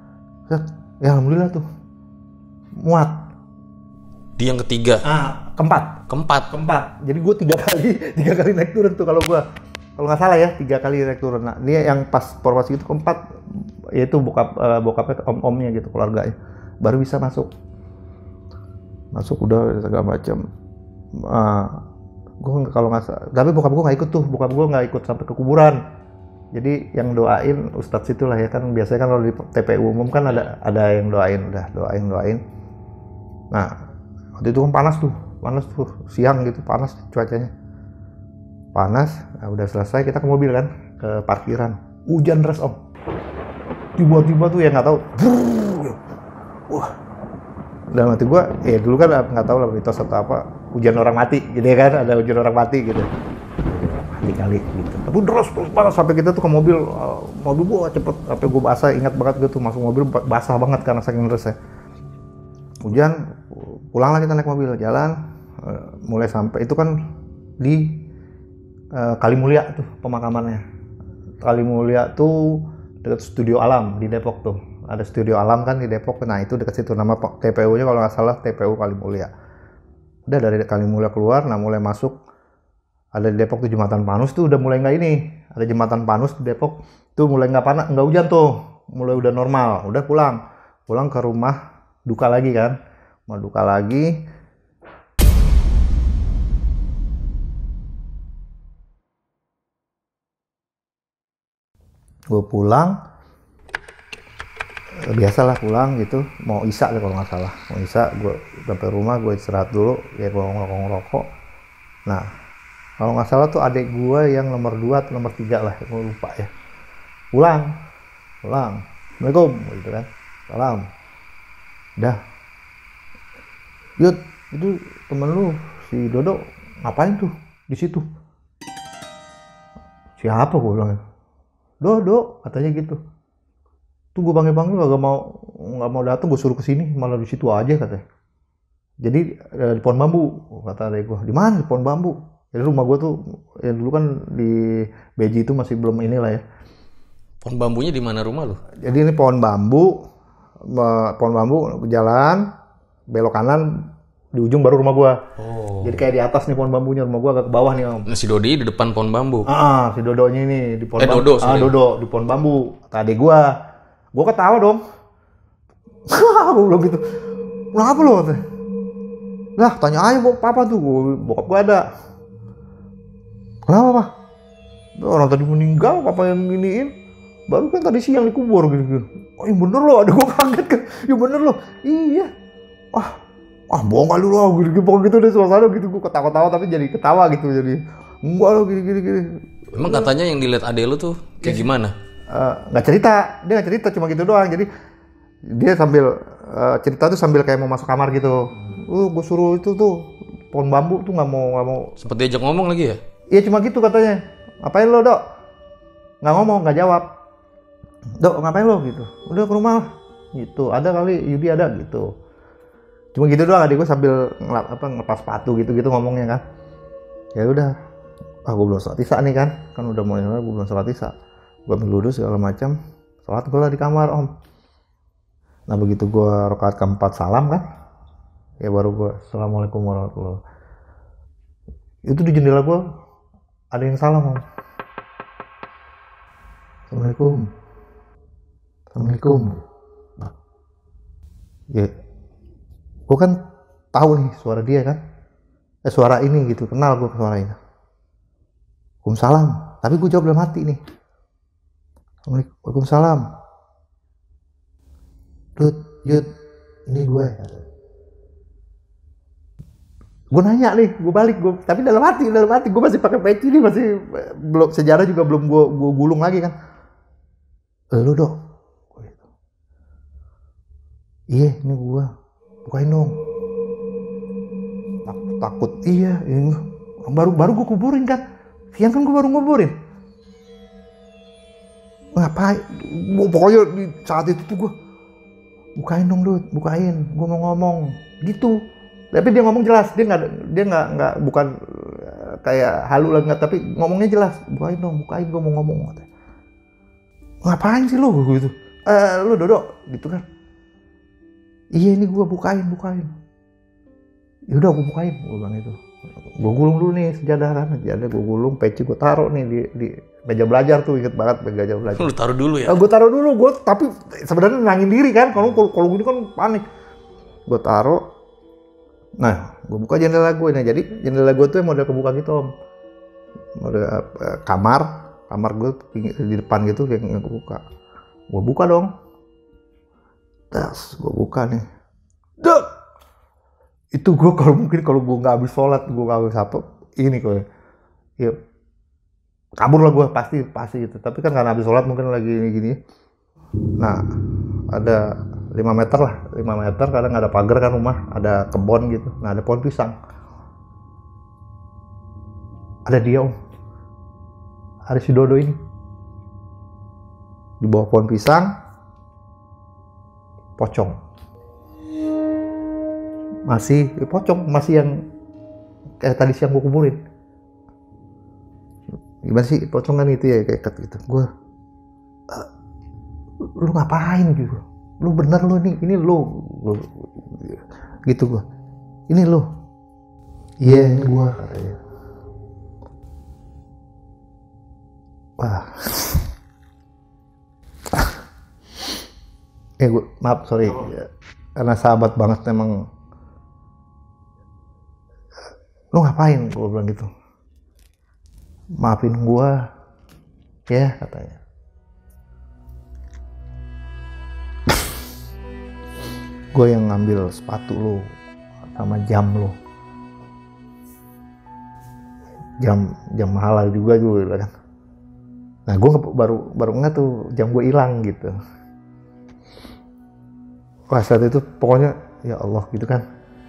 Ya alhamdulillah tuh muat. Di yang ketiga. Ah, keempat. Keempat. Keempat. Jadi gue tiga kali, tiga kali naik turun tuh kalau gue, kalau nggak salah ya tiga kali naik turun. Nah dia yang pas formasi itu keempat, yaitu bokap uh, bokapnya om-omnya gitu keluarganya, baru bisa masuk. Masuk udah segala macam. Uh, gue kalau nggak salah, tapi bokap gue nggak ikut tuh, bokap gue nggak ikut sampai ke kuburan. Jadi yang doain ustadz itulah ya kan, biasanya kan kalau di T P U umum kan ada ada yang doain, udah doain doain. Nah waktu itu kan panas tuh, panas tuh siang gitu, panas cuacanya, panas. Nah, udah selesai kita ke mobil kan, ke parkiran, hujan deras Om. Tiba-tiba tuh ya nggak tahu, brrr, wah. Dalam hati gua, ya dulu kan nggak tahu lah mitos atau apa, hujan orang mati, gitu ya kan, ada hujan orang mati gitu. Kali gitu. Tapi terus terus panas sampai kita tuh ke mobil, uh, mobil gua cepet, sampai gua basah, ingat banget gitu masuk mobil basah banget karena saking derasnya. Hujan, pulang lagi kita naik mobil jalan, uh, mulai sampai itu kan di uh, Kalimulia tuh pemakamannya. Kalimulia tuh dekat Studio Alam di Depok tuh. Ada Studio Alam kan di Depok. Nah itu dekat situ, nama T P U-nya kalau nggak salah T P U Kalimulia. Udah dari Kalimulia keluar, nah mulai masuk. Ada di Depok tuh jembatan Panus tuh udah mulai nggak ini, ada jembatan Panus di Depok tuh mulai nggak panas, nggak hujan tuh, mulai udah normal, udah pulang, pulang ke rumah duka lagi kan, mau duka lagi. Gue pulang, biasalah pulang gitu, mau isya deh kalau nggak salah, mau isya, gue sampai rumah, gue istirahat dulu, ya gue ngerokok-ngerokok. Nah, kalau nggak salah tuh adik gue yang nomor dua atau nomor tiga lah, gue lupa ya. Pulang, pulang, Assalamualaikum, gitu kan, salam. Dah, Yud, itu temen lu, si Dodo, ngapain tuh di situ? Siapa gue bilang? Dodo, katanya gitu. Tuh gue panggil-panggil gak mau nggak mau datang, gue suruh kesini malah di situ aja katanya. Jadi di pohon bambu, kata adek gue. Di mana di pohon bambu? Jadi rumah gue tuh ya dulu kan di Beji itu masih belum inilah ya. Pohon bambunya di mana rumah lu? Jadi ini pohon bambu, pohon bambu jalan belok kanan di ujung baru rumah gue. Oh. Jadi kayak di atas nih pohon bambunya, rumah gue agak ke bawah nih om. Nah, si Dodi di depan pohon bambu. Ah, si Dodonya ini di pohon eh, bambu. Dodo, ah, Dodo di pohon bambu. Kata adek gue. Gue ketawa dong. Gue bilang gitu. Kenapa lo? Lah tanya aja papa tuh. Bokap gue ada. Kenapa pak? Orang tadi meninggal, papa yang giniin. Baru kan tadi siang dikubur gitu. Oh iya bener loh, ada gue kaget kan. Iya bener loh. Iya. Ah, ah bohong kali lo. Gitu-gitu gitu deh suasana gitu. Gue ketawa-tawa tapi jadi ketawa gitu. Jadi enggak lo gini-gini. Gini. Emang katanya yang dilihat ade lu tuh kayak gimana? Nggak uh, cerita, dia nggak cerita cuma gitu doang. Jadi dia sambil uh, cerita tuh sambil kayak mau masuk kamar gitu. Uh, gue suruh itu tuh pohon bambu tuh nggak mau nggak mau. Sempet diajak ngomong lagi ya? Iya cuma gitu katanya. Ngapain lo dok? Nggak ngomong, nggak jawab. Dok ngapain lo gitu? Udah ke rumah gitu. Ada kali Yudi ada gitu. Cuma gitu doang. Adik gue sambil ngelap, apa ngelepas sepatu gitu gitu ngomongnya kan. Ya udah. Ah gue belum sholat isya nih kan. Kan udah mau gue belum sholat isya. Gue ambil wudhu segala macam, sholat gue lah di kamar om. Nah begitu gue rakaat keempat salam kan, ya baru gue assalamualaikum warahmatullahi. Itu di jendela gue ada yang salam om. Assalamualaikum, assalamualaikum. Nah, ya, gue kan tahu nih suara dia kan, eh suara ini gitu, kenal gue suaranya. Waalaikumsalam, tapi gue jawab dalam hati nih. Waalaikumsalam. Dut, Yud, ini gue. Gue nanya nih, gue balik, gue tapi dalam hati, dalam hati gue masih pakai peci nih, masih belum sejarah juga belum gue gue gulung lagi kan. Eh, lu dok. Iya, ini gue. Bukain dong. Takut, takut. Iya, ini baru baru gue kuburin kan. Siang kan gue baru nguburin. Ngapain? Pokoknya di saat itu tuh gue bukain dong Dut, bukain, gue mau ngomong gitu. Tapi dia ngomong jelas, dia nggak dia nggak nggak bukan kayak halu lah nggak, tapi ngomongnya jelas. Bukain dong, bukain, gue mau ngomong. Ngapain sih lu gitu? Eh lu Dodo gitu kan? Iya ini gue bukain, bukain. Ya udah gue bukain, gue bilang itu. Gue gulung dulu nih sejadah kan, sejadah gue gulung, peci gue taruh nih di, di meja belajar tuh, inget banget meja belajar. Lu taruh dulu ya? Eh, gue taruh dulu, gue tapi sebenarnya nangin diri kan, kalau kalau gini kan panik. Gue taruh, nah gue buka jendela gue, nah jadi jendela gue tuh model kebuka gitu om, model uh, kamar, kamar gue di depan gitu kayak nggak buka. Gue buka dong, tas gue buka nih, dek. Itu gue kalau mungkin kalau gue nggak habis sholat, gue nggak habis apa, ini kok ya kabur lah gue pasti pasti gitu. Tapi kan karena habis sholat mungkin lagi gini. Nah ada lima meter lah, lima meter kadang ada pagar kan rumah, ada kebon gitu. Nah ada pohon pisang, ada dia om, ada si Dodo ini di bawah pohon pisang, pocong. Masih eh, pocong, masih yang kayak tadi siang gue kuburin. Gimana sih pocong kan itu ya kayak gitu. Gue, uh, lu ngapain gitu? Lu bener lu nih, ini lu, lu gitu gue. Ini lu. Iya yeah, ini gue. Wah. eh gue maaf sorry, karena sahabat banget emang. Lu ngapain? Gue bilang gitu. Maafin gue, ya katanya. gue yang ngambil sepatu lo sama jam lo. Jam jam halal juga juga kan. Nah gue baru baru nggak tuh jam gue hilang gitu. Wah saat itu pokoknya ya Allah gitu kan.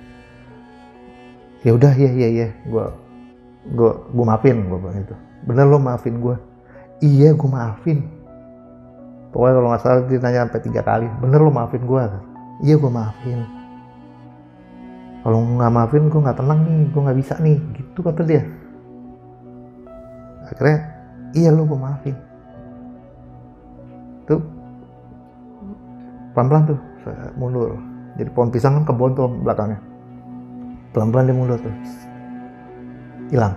Ya udah ya ya ya gue gue gue maafin gue bilang itu. Bener lo maafin gue. Iya gue maafin. Pokoknya kalau nggak salah dia nanya sampai tiga kali. Bener lo maafin gue. Iya gue maafin. Kalau nggak maafin gue nggak tenang nih, gue nggak bisa nih, gitu kata dia. Akhirnya iya lo gue maafin. Tuh pelan-pelan tuh saya mundur. Jadi pohon pisang kan kebon tuh belakangnya. Pelan-pelan dia mundur tuh. Hilang.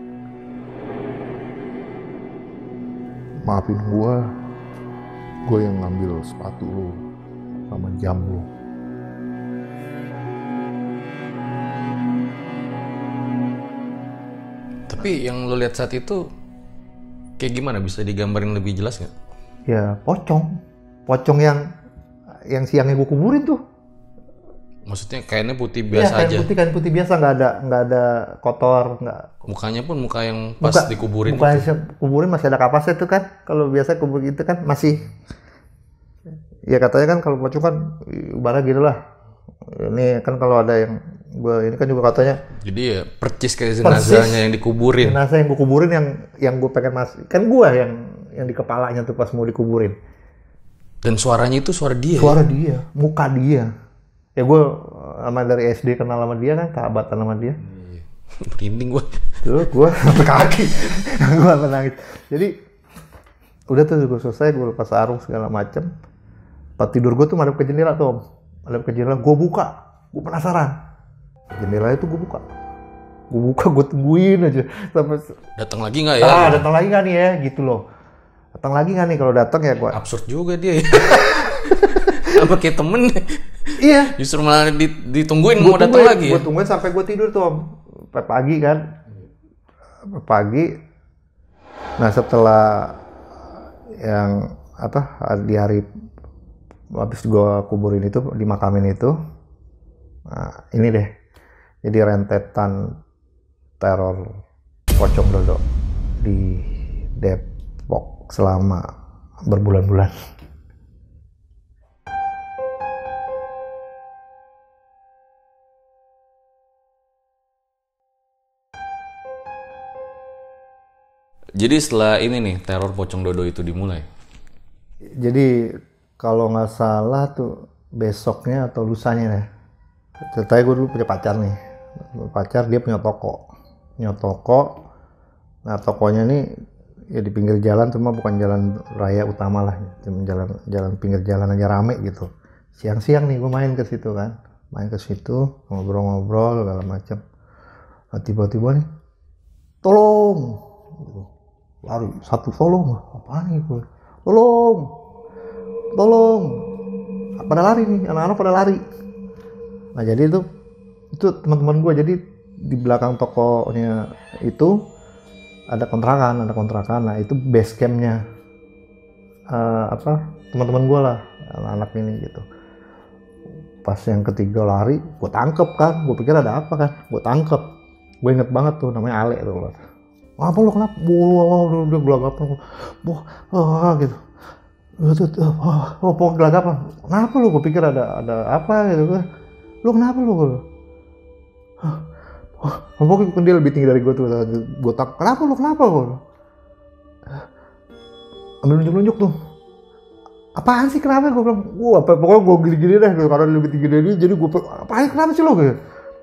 Maafin gue, gue yang ngambil sepatu lo sama jam lo. Tapi yang lo lihat saat itu kayak gimana, bisa digambarin lebih jelas nggak? Ya pocong, pocong yang yang siangnya gue kuburin tuh. Maksudnya kainnya putih biasa ya, kain aja. Putih, kain putih biasa, nggak ada nggak ada kotor, nggak. Mukanya pun muka yang pas Muka, dikuburin. Muka itu. kuburin masih ada kapasnya tuh kan. Kalau biasa kubur gitu kan masih. Ya katanya kan kalau pocong kan ibarat gitu lah. Ini kan kalau ada yang gue ini kan juga katanya. Jadi ya percis kayak jenazahnya yang dikuburin. Jenazah yang gue kuburin yang yang gue pengen mas kan gue yang yang di kepalanya tuh pas mau dikuburin. Dan suaranya itu suara dia. Suara ya? dia, muka dia. Ya gue sama dari S D kenal sama dia kan, sahabatan sama dia. Merinding gue. Tuh gue sampai kaki, gue sampai nangis. Jadi udah tuh gue selesai, gue lepas sarung segala macem. Pas tidur gue tuh madep ke jendela tuh om, madep ke jendela, gue buka, gue penasaran. Jendela itu gue buka, gue buka, gue tungguin aja sampai. Datang lagi nggak ya? Ah datang lagi nggak nih ya, gitu loh. Datang lagi nggak nih, kalau datang ya gue. Absurd juga dia. Ya. Apa kayak temen? Iya. Justru malah ditungguin mau datang lagi ya? Gue tungguin sampai gue tidur tuh om, sampai pagi kan, sampai pagi. Nah setelah yang apa di hari habis gue kuburin itu, dimakamin itu, nah ini deh, jadi rentetan teror pocong dodo di Depok selama berbulan-bulan. Jadi setelah ini nih, teror pocong dodo itu dimulai? Jadi kalau nggak salah tuh besoknya atau lusanya ya. Ceritanya gue dulu punya pacar nih. Pacar dia punya toko. Punya toko. Nah tokonya nih ya di pinggir jalan, cuma bukan jalan raya utama lah. Cuma jalan jalan pinggir jalan aja rame gitu. Siang-siang nih gue main ke situ kan. Main ke situ, ngobrol-ngobrol segala macam. Nah tiba-tiba nih, tolong! Lari, satu tolong, apaan nih gue? Tolong, tolong, pada lari nih, anak-anak pada lari. Nah jadi itu, itu teman-teman gue, jadi di belakang tokonya itu ada kontrakan, ada kontrakan. Nah itu base campnya uh, apa teman-teman gue lah, anak-anak ini gitu. Pas yang ketiga lari, gue tangkep kan, gue pikir ada apa kan, gue tangkep. Gue inget banget tuh, namanya Ale tuh. Apa lo kenapa? Wah, udah gelagapan, wah, ah gitu. Oh, oh, oh gelagapan. Kenapa lo? Gue pikir ada ada apa gitu kan. Lo kenapa lo? Oh, pokoknya dia lebih tinggi dari gue tuh. Gue tak, kenapa lo? Kenapa lo? Ambil nunjuk-nunjuk tuh. Apaan sih kenapa? Gue bilang, wah, pokoknya gue gini-gini deh. Karena dia lebih tinggi dari dia, jadi gue, apaan kenapa sih lo? Gitu.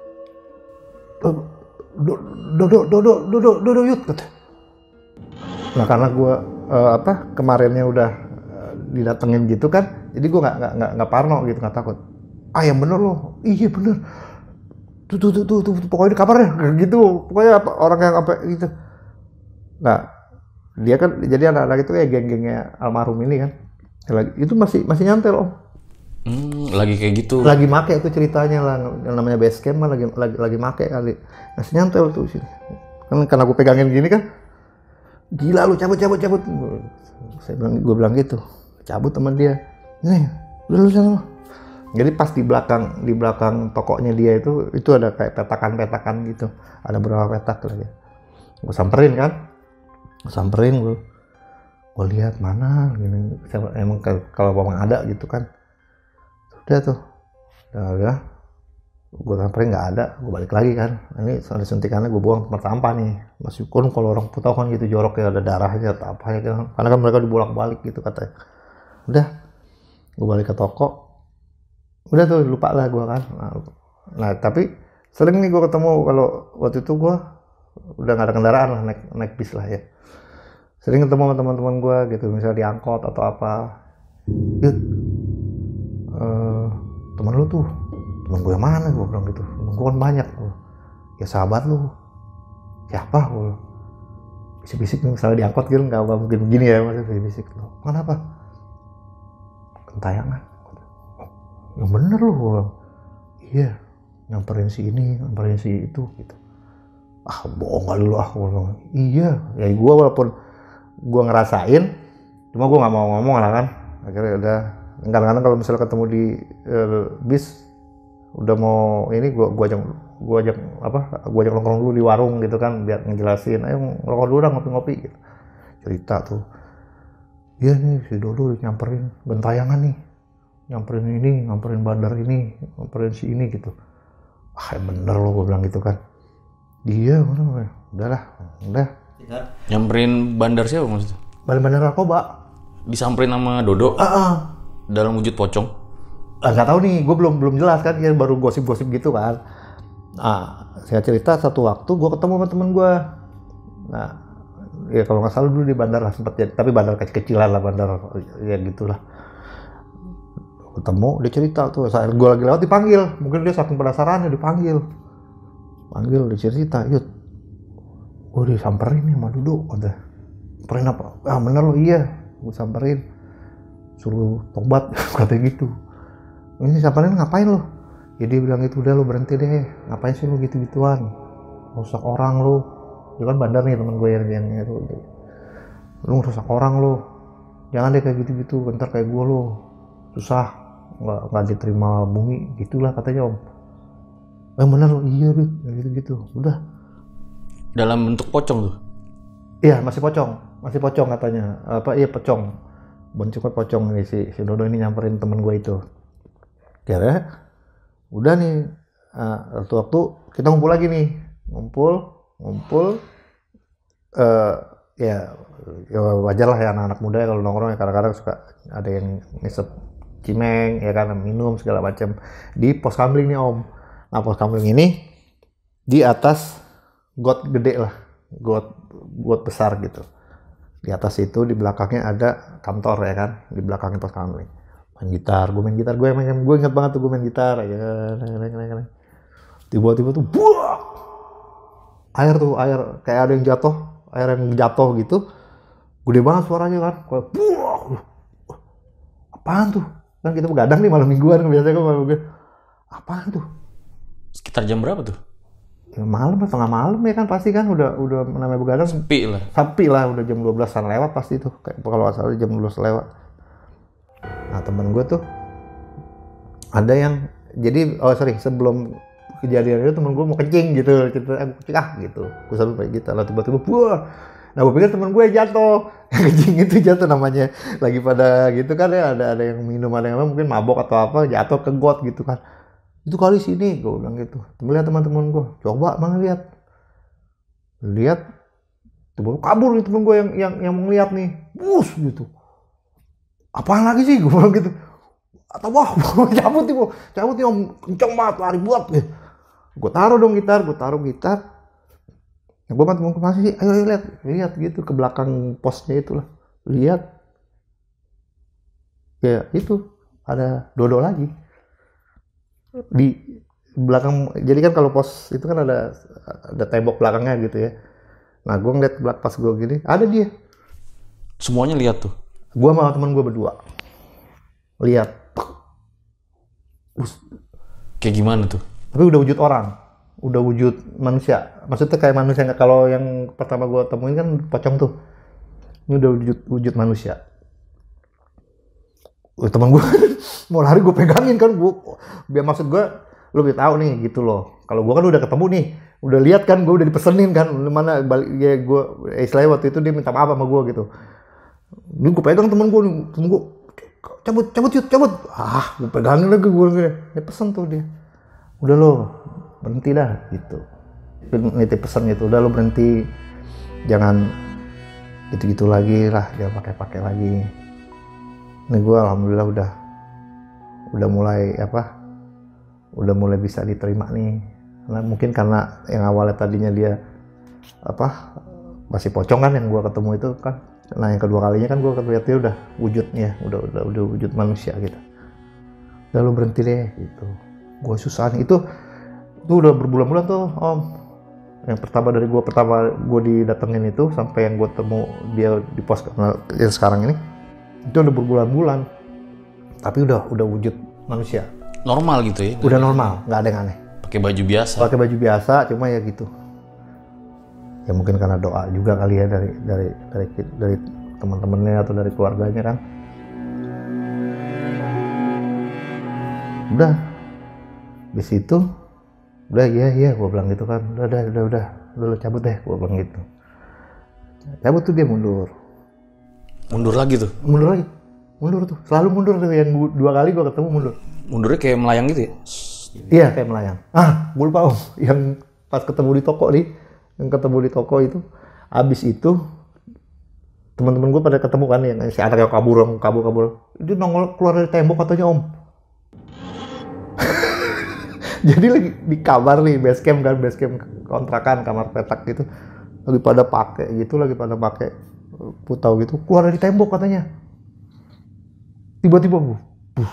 Dodo, dodo, dodo, dodo, yut kata. Nah karena gue uh, apa kemarinnya udah uh, didatengin gitu kan, jadi gue nggak nggak nggak nggak parno gitu, nggak takut. Ah yang bener loh, iya bener. Tuh tuh tuh tuh, tuh, tuh pokoknya di kamarnya gitu, pokoknya apa, orang yang apa gitu. Nah dia kan jadi anak-anak itu kayak geng-gengnya almarhum ini kan, itu masih masih nyantel om. Hmm, lagi kayak gitu. Lagi make itu ceritanya lah, yang namanya base camp mah lagi lagi lagi make kali. Masih nyantel tuh sini. Kan karena gue pegangin gini kan. Gila lu cabut cabut cabut. Saya bilang gue bilang gitu. Cabut teman dia. Nih, lu lu sana. Jadi pas di belakang di belakang tokonya dia itu itu ada kayak petakan-petakan gitu. Ada beberapa petak lagi. Gue samperin kan, gue samperin gue, gue lihat mana, gini. Emang kalau memang ada gitu kan, udah tuh, udah, udah. Gue samperin nggak ada, gue balik lagi kan. Ini soal suntikannya gue buang tempat sampah nih. Meskipun kalau orang Putau kan gitu joroknya ada darahnya atau apa ya kan, karena kan mereka dibolak-balik gitu katanya. Udah, gue balik ke toko. Udah tuh lupa lah gue kan. Nah, nah tapi sering nih gue ketemu kalau waktu itu gue udah nggak ada kendaraan lah, naik naik bis lah ya. Sering ketemu sama teman-teman gue gitu, misalnya di angkot atau apa. Yud, uh, teman lu tuh, teman gue yang mana? Gue bilang gitu. Teman gue kan banyak. Gua. Ya sahabat lu. Siapa? Gue bisik-bisik nih, misalnya di angkot gitu nggak mungkin begini ya, maksudnya bisik-bisik. Kenapa? Kentayangan. Yang bener lu, gue. Iya, nyamperin si ini, nyamperin si itu gitu. Ah bohong kali lu ah, gue bilang. Iya, ya gue walaupun gue ngerasain, cuma gue nggak mau ngomong lah kan. Akhirnya udah, kadang-kadang kalau misalnya ketemu di uh, bis, udah mau ini gue gue ajak gue ajak apa, gue ajak nongkrong dulu di warung gitu kan, biar ngejelasin, ayo nongkrong dulu dah ngopi-ngopi gitu. Cerita tuh, iya nih si Dodo nyamperin Gentayangan nih. Nyamperin ini, nyamperin bandar ini, nyamperin si ini gitu. Ah bener loh gue bilang gitu kan. Dia mana? Udahlah, udah. Nyamperin bandar siapa maksudnya? Bandar-bandar narkoba. Disamperin sama Dodo? Ah, uh-uh. Dalam wujud pocong? Ah, nggak tahu nih, gue belum belum jelas kan, dia baru gosip-gosip gitu kan. Ah, saya cerita satu waktu gue ketemu sama temen gue. Nah, ya kalau nggak salah dulu di bandar lah sempat jadi, tapi bandar kecil-kecilan lah, bandar ya gitulah. Ketemu, dia cerita tuh, saat gue lagi lewat dipanggil, mungkin dia saking penasarannya dipanggil, panggil, dia cerita, Yud, gue disamperin nih sama Dodo, udah, samperin apa? Ah bener lo, iya, gue samperin, suruh tobat, katanya gitu. Ini samperin ngapain lo? Ya dia bilang gitu, udah lo berhenti deh, ngapain sih lo gitu-gituan, rusak orang lo, dia kan bandar nih temen gue yang yang itu, lo rusak orang lo, jangan deh kayak gitu-gitu, bentar kayak gue lo, susah. nggak nggak diterima bumi gitulah katanya om. Eh bener loh, iya Bib, gitu gitu. Udah. Dalam bentuk pocong tuh? Iya masih pocong, masih pocong katanya. Apa iya pocong, bentuknya pocong nih si si Dodo ini nyamperin temen gue itu. Kira udah nih, uh, waktu-waktu kita ngumpul lagi nih, ngumpul, ngumpul. Uh, ya, ya wajar lah ya anak-anak muda ya kalau nongkrong ya kadang-kadang suka ada yang ngisep cimeng ya kan, minum segala macam di pos kamling nih om. Nah pos kamling ini di atas got gede lah, got got besar gitu. Di atas itu di belakangnya ada kantor ya kan, di belakangnya pos kamling. Main gitar, gue main gitar, gue main, gue inget banget tuh gue main gitar ya. Tiba-tiba tuh buah, air tuh air kayak ada yang jatuh, air yang jatuh gitu, gede banget suaranya kan, kayak buah, apaan tuh? Kan kita begadang nih malam mingguan, biasanya kan malam mingguan. Apaan tuh? Sekitar jam berapa tuh? Ya, malam atau nggak malam ya kan pasti kan udah udah namanya begadang. Sepi lah. Sepi lah, udah jam dua belasan lewat pasti tuh. Kayak kalau nggak salah jam dua belas lewat. Nah temen gue tuh ada yang jadi oh sorry sebelum kejadian itu temen gue mau kencing gitu, kita eh, kencing ah gitu. Gue sampai kayak gitu, lalu tiba-tiba buah. Nah gue pikir temen gue jatuh, kencing itu jatuh namanya lagi pada gitu kan ya, ada ada yang minum, ada yang mungkin mabok atau apa, jatuh ke got gitu kan. Itu kali sini, gue bilang gitu. Lihat teman-teman gue, coba mana lihat, lihat, tiba kabur nih temen gue yang yang yang ngeliat nih, bus gitu. Apaan lagi sih, gue bilang gitu. Atau wah, cabut nih, cabut nih om, kenceng banget, lari buat nih. Gue taruh dong gitar, gue taruh gitar. Nah, gue mau kemana sih? Ayo, ayo lihat, lihat gitu ke belakang posnya itulah, lihat. Ya itu ada Dodo lagi di belakang. Jadi kan kalau pos itu kan ada ada tembok belakangnya gitu ya. Nah gue ngeliat belakang pas gue gini, ada dia. Semuanya lihat tuh. Gue sama teman gue berdua lihat. Kayak gimana tuh? Tapi udah wujud orang. Udah wujud manusia, maksudnya kayak manusia. Kalau yang pertama gue temuin kan pocong tuh, ini udah wujud wujud manusia. teman gue mau lari gue pegangin kan, gue biar maksud gue lu biar tahu nih gitu loh. Kalau gue kan udah ketemu nih, udah lihat kan, gue udah dipesenin kan, mana balik ya gue istilahnya waktu itu dia minta maaf sama gue gitu. Ini gue pegang temen gue, temen gue cabut cabut yuk cabut, ah gue pegangin lagi gue, dia pesen tuh dia, udah lo berhenti dah gitu, nitip pesan gitu, udah lo berhenti, jangan gitu-gitu lagi lah, jangan pakai-pakai lagi. Ini gue alhamdulillah udah udah mulai apa, udah mulai bisa diterima nih. Nah, mungkin karena yang awalnya tadinya dia apa masih pocong kan, yang gue ketemu itu kan. Nah yang kedua kalinya kan gue lihat dia udah wujudnya, udah udah udah wujud manusia gitu. Udah lo berhenti deh gitu. Gue susah nih itu, itu udah berbulan-bulan tuh om. Yang pertama dari gue pertama gue didatengin itu sampai yang gue temu dia di pos yang sekarang ini, itu udah berbulan-bulan. Tapi udah udah wujud manusia. Normal gitu ya? Udah normal, nggak ada yang aneh. Pakai baju biasa? Pakai baju biasa, cuma ya gitu. Ya mungkin karena doa juga kali ya dari dari dari dari teman-temannya atau dari keluarganya kan. Udah, di situ, udah iya iya gue bilang gitu kan, udah udah udah udah, udah lo cabut deh, gue bilang gitu. Cabut tuh dia mundur. Mundur lagi tuh? Mundur lagi, mundur tuh, selalu mundur tuh, yang dua kali gue ketemu mundur. Mundurnya kayak melayang gitu ya? Iya kayak melayang. Ah, gue lupa om, yang pas ketemu di toko nih. Yang ketemu di toko itu, abis itu teman-teman gue pada ketemu kan, yang si anak yang kabur, yang kabur kabur, itu nongol keluar dari tembok katanya om. Jadi lagi di kamar nih, base camp kan, base camp kontrakan, kamar petak gitu, lagi pada pakai gitu, lagi pada pakai putau gitu, keluar dari tembok katanya. Tiba-tiba bu,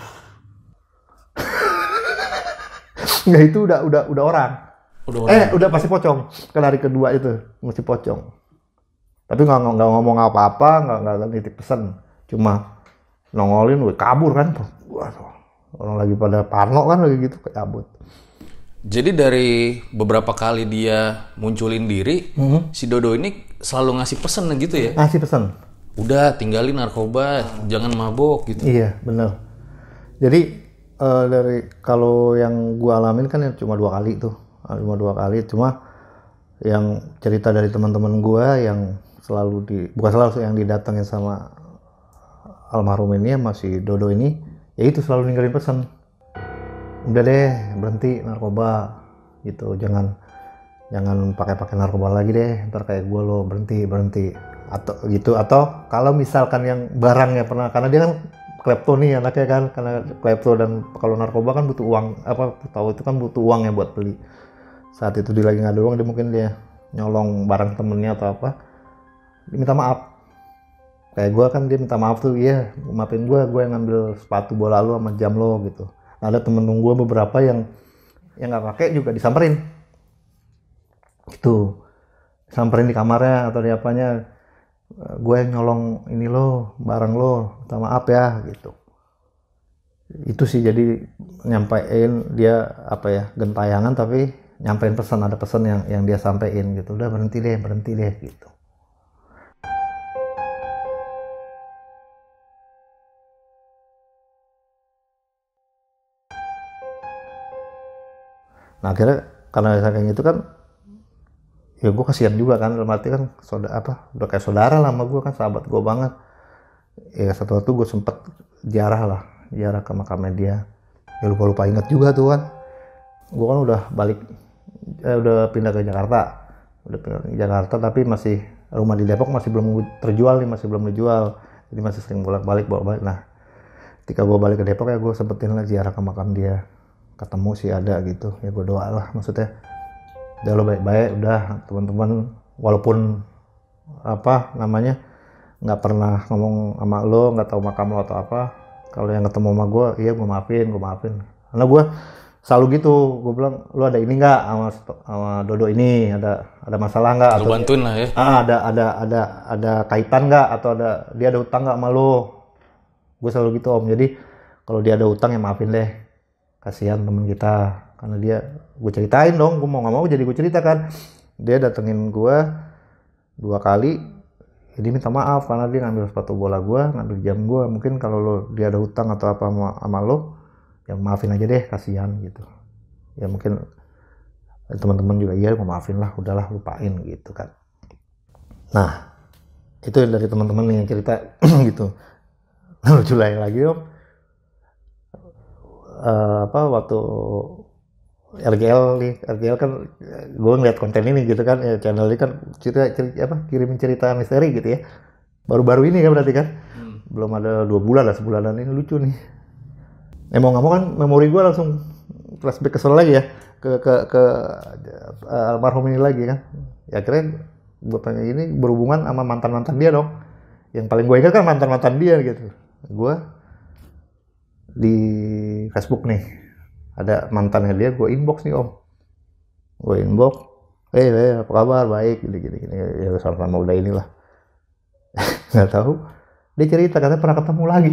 nggak itu udah udah udah orang. Udah eh udah pasti pocong, kan hari kedua itu mesti pocong. Tapi nggak nggak ngomong apa-apa, nggak nggak nitip pesan, cuma nongolin, gue kabur kan. Waduh, orang lagi pada parno kan lagi gitu, cabut. Jadi dari beberapa kali dia munculin diri, mm-hmm. si Dodo ini selalu ngasih pesan gitu ya? Ngasih pesan. Udah tinggalin narkoba, jangan mabok gitu. Iya benar. Jadi uh, dari kalau yang gue alamin kan ya cuma dua kali tuh. Cuma dua kali, cuma yang cerita dari teman-teman gue yang selalu di, bukan selalu yang didatengin sama almarhum ini, masih Dodo ini, ya itu selalu ninggalin pesan, udah deh berhenti narkoba gitu, jangan jangan pakai-pakai narkoba lagi deh, ntar kayak gue lo, berhenti berhenti atau gitu. Atau kalau misalkan yang barangnya pernah, karena dia kan klepto nih anaknya kan, karena klepto dan kalau narkoba kan butuh uang, apa tahu itu kan butuh uang ya buat beli. Saat itu dia lagi nggak ada uang, dia mungkin dia nyolong barang temennya atau apa, dia minta maaf. Kayak gue kan, dia minta maaf tuh, iya maafin gue, gue yang ngambil sepatu bola lu sama jam lo gitu. Nah, ada temen gue beberapa yang yang nggak pakai juga disamperin, gitu, samperin di kamarnya atau di apanya, gue yang nyolong ini lo, barang lo, minta maaf ya gitu. Itu sih jadi nyampein dia apa ya, gentayangan tapi nyampein pesan, ada pesan yang yang dia sampein gitu, udah berhenti deh berhenti deh gitu. Nah akhirnya karena kayak gitu kan, ya gue kasihan juga kan, dalam arti kan saudara apa, udah kayak saudara lah sama gue kan, sahabat gue banget. Ya satu waktu gue sempet ziarah lah, ziarah ke makamnya dia. Ya lupa-lupa inget juga tuh kan, gue kan udah balik, eh, udah pindah ke Jakarta, udah pindah ke Jakarta tapi masih rumah di Depok masih belum terjual nih, masih belum dijual, jadi masih sering bolak-balik bolak-balik. Nah ketika gue balik ke Depok ya gue sempetin lah ziarah ke makam dia, ketemu sih ada gitu, ya gue doa lah, maksudnya udah lo baik-baik, udah teman-teman, walaupun apa namanya nggak pernah ngomong sama lo, nggak tahu makam lo atau apa, kalau yang ketemu sama gue, iya gue maafin, gue maafin, karena gue selalu gitu, gue bilang lu ada ini nggak sama sama Dodo ini, ada ada masalah nggak, atau bantuin lah ya, ah, ada ada ada ada kaitan nggak, atau ada dia ada utang nggak sama lo, gue selalu gitu om. Jadi kalau dia ada utang ya maafin deh, kasihan temen kita, karena dia, gue ceritain dong, gue mau nggak mau jadi gue ceritakan, dia datengin gue dua kali, dia minta maaf karena dia ngambil sepatu bola gue, ngambil jam gue. Mungkin kalau lo dia ada hutang atau apa sama, sama lo, ya maafin aja deh, kasihan gitu. Ya mungkin teman-teman juga iya, mau maafin lah, udahlah lupain gitu kan. Nah itu dari teman-teman yang cerita gitu. Lucu lagi om, uh, apa waktu R G L nih, R G L kan gue ngeliat konten ini gitu kan, ya channel ini kan cerita, cerita apa kirimin cerita misteri gitu ya. Baru-baru ini kan berarti kan, hmm. belum ada dua bulan lah, sebulanan ini. Lucu nih. Eh mau nggak mau kan memori gue langsung flashback kesel lagi ya ke ke ke uh, almarhum ini lagi kan. Ya akhirnya gue pengen ini berhubungan sama mantan-mantan dia dong. Yang paling gue ingat kan mantan-mantan dia gitu. Gue di Facebook nih ada mantannya dia, gue inbox nih om, gue inbox, eh hey, apa kabar, baik, gini gini gini, ya sama-sama udah inilah, nggak tahu, dia cerita katanya pernah ketemu lagi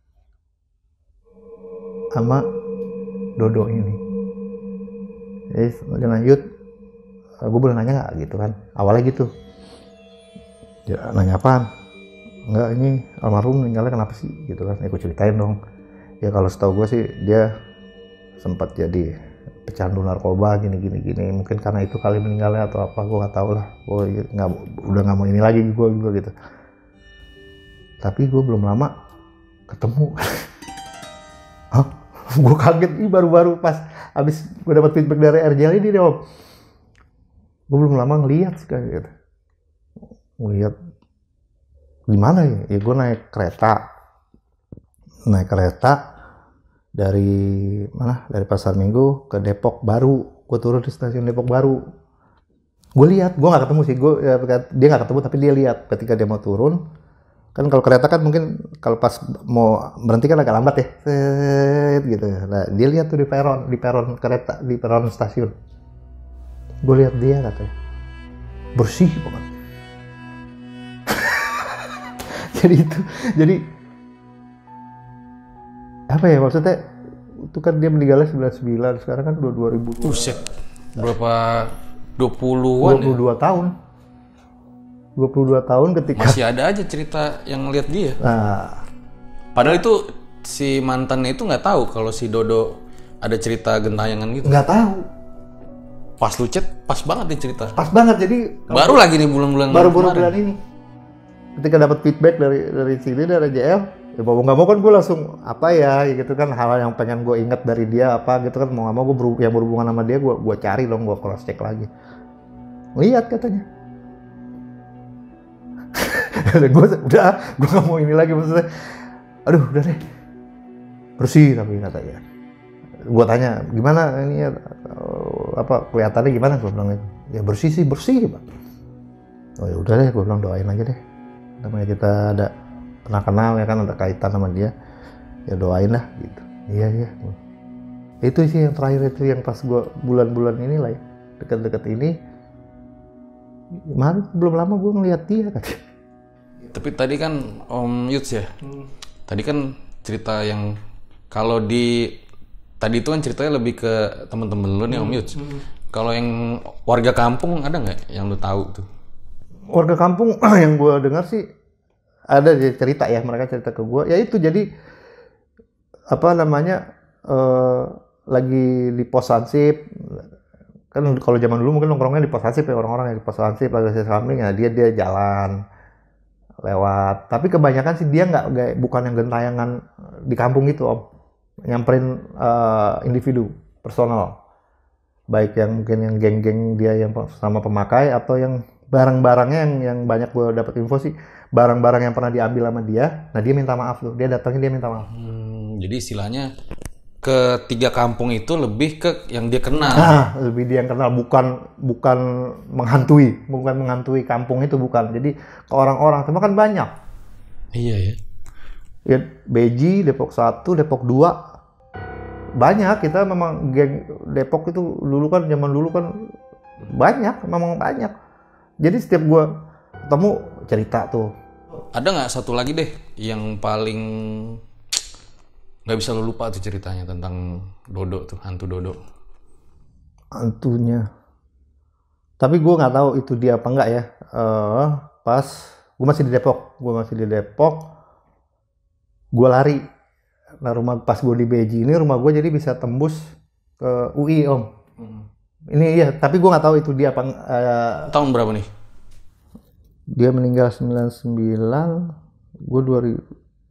sama Dodo ini, jadi dia lanjut, gue boleh nanya nggak gitu kan, awalnya gitu, ya, nanya apaan, nggak ini almarhum meninggalnya kenapa sih, gitu kan, ya gue ceritain dong, ya kalau setahu gue sih dia sempat jadi pecandu narkoba gini gini gini, mungkin karena itu kali meninggalnya atau apa, gue nggak tahu lah, gue nggak udah nggak mau ini lagi gue juga gitu. Tapi gue belum lama ketemu, hah, gue kaget nih baru-baru pas abis gue dapat feedback dari R J L ini deh om, gue belum lama ngelihat sih kayak gitu, ngelihat gimana ya, ya gue naik kereta, naik kereta dari mana dari Pasar Minggu ke Depok Baru, gue turun di stasiun Depok Baru, gue lihat, gue nggak ketemu sih, gue ya, dia nggak ketemu tapi dia lihat ketika dia mau turun, kan kalau kereta kan mungkin kalau pas mau berhenti kan agak lambat ya, set gitu, nah dia lihat tuh di peron, di peron kereta, di peron stasiun, gue lihat dia katanya bersih banget, jadi itu, jadi apa ya maksudnya, itu kan dia meninggalnya sembilan puluh sembilan, sekarang kan udah dua ribu dua. Buset, berapa, dua puluhan dua puluh dua ya? Tahun. dua puluh dua tahun ketika masih ada aja cerita yang lihat dia. Nah, padahal itu si mantannya itu nggak tahu kalau si Dodo ada cerita gentayangan gitu. Nggak tahu. Pas lu chat, pas banget nih cerita. Pas banget, jadi baru lagi nih bulan-bulan baru bulan ini. Ketika dapat feedback dari dari sini dari J L, ya mau nggak mau kan gue langsung apa ya gitu kan, hal yang pengen gue ingat dari dia apa gitu kan, mau nggak mau gue berhubung, yang berhubungan sama dia gue gue cari dong, gue cross check lagi, lihat katanya. Gue udah gue nggak mau ini lagi, maksudnya aduh udah deh, bersih tapi katanya. Gue tanya gimana ini ya, apa kelihatannya gimana, gue bilang ya bersih sih bersih Pak. Oh ya udah deh, gue bilang doain aja deh, namanya kita ada pernah kenal ya kan, ada kaitan sama dia, ya doain lah gitu. Iya iya. Itu sih yang terakhir itu, yang pas gue bulan-bulan ini lah ya, dekat-dekat ini, kemarin belum lama gue ngeliat dia katanya. Tapi tadi kan Om Yuts ya, hmm. tadi kan cerita yang kalau di tadi itu kan ceritanya lebih ke teman-teman lu nih hmm. Om Yuts. Hmm. Kalau yang warga kampung ada nggak yang lu tahu tuh? Warga kampung yang gue dengar sih ada cerita ya, mereka cerita ke gue, ya itu jadi apa namanya uh, lagi di pos Hansip kan, kalau zaman dulu mungkin nongkrongnya di pos Hansip ya, orang-orang yang di pos Hansip lagi samping ya, dia dia jalan lewat, tapi kebanyakan sih dia nggak, bukan yang gentayangan di kampung gitu om, nyamperin uh, individu personal, baik yang mungkin yang geng-geng dia yang sama pemakai, atau yang barang-barangnya yang yang banyak gue dapat info sih, barang-barang yang pernah diambil sama dia, nah dia minta maaf tuh, dia datangnya dia minta maaf. Hmm, jadi istilahnya ketiga kampung itu lebih ke yang dia kenal. Nah, lebih dia yang kenal, bukan bukan menghantui, bukan menghantui kampung itu, bukan. Jadi ke orang-orang, cuma kan banyak. Iya ya. Ya Beji, Depok satu, Depok dua, banyak. Kita memang geng Depok itu dulu kan, zaman dulu kan banyak, memang banyak. Jadi setiap gua ketemu cerita tuh. Ada nggak satu lagi deh yang paling nggak bisa lo lupa tuh ceritanya tentang Dodo tuh, hantu Dodo? Hantunya. Tapi gue nggak tahu itu dia apa enggak ya. Uh, pas gue masih di Depok, gue masih di Depok, gue lari. Nah rumah pas gue di Beji ini rumah gue jadi bisa tembus ke U I om. Hmm. Ini iya, tapi gue nggak tahu itu dia apa. Uh, Tahun berapa nih? Dia meninggal sembilan puluh sembilan, gue dua ribu.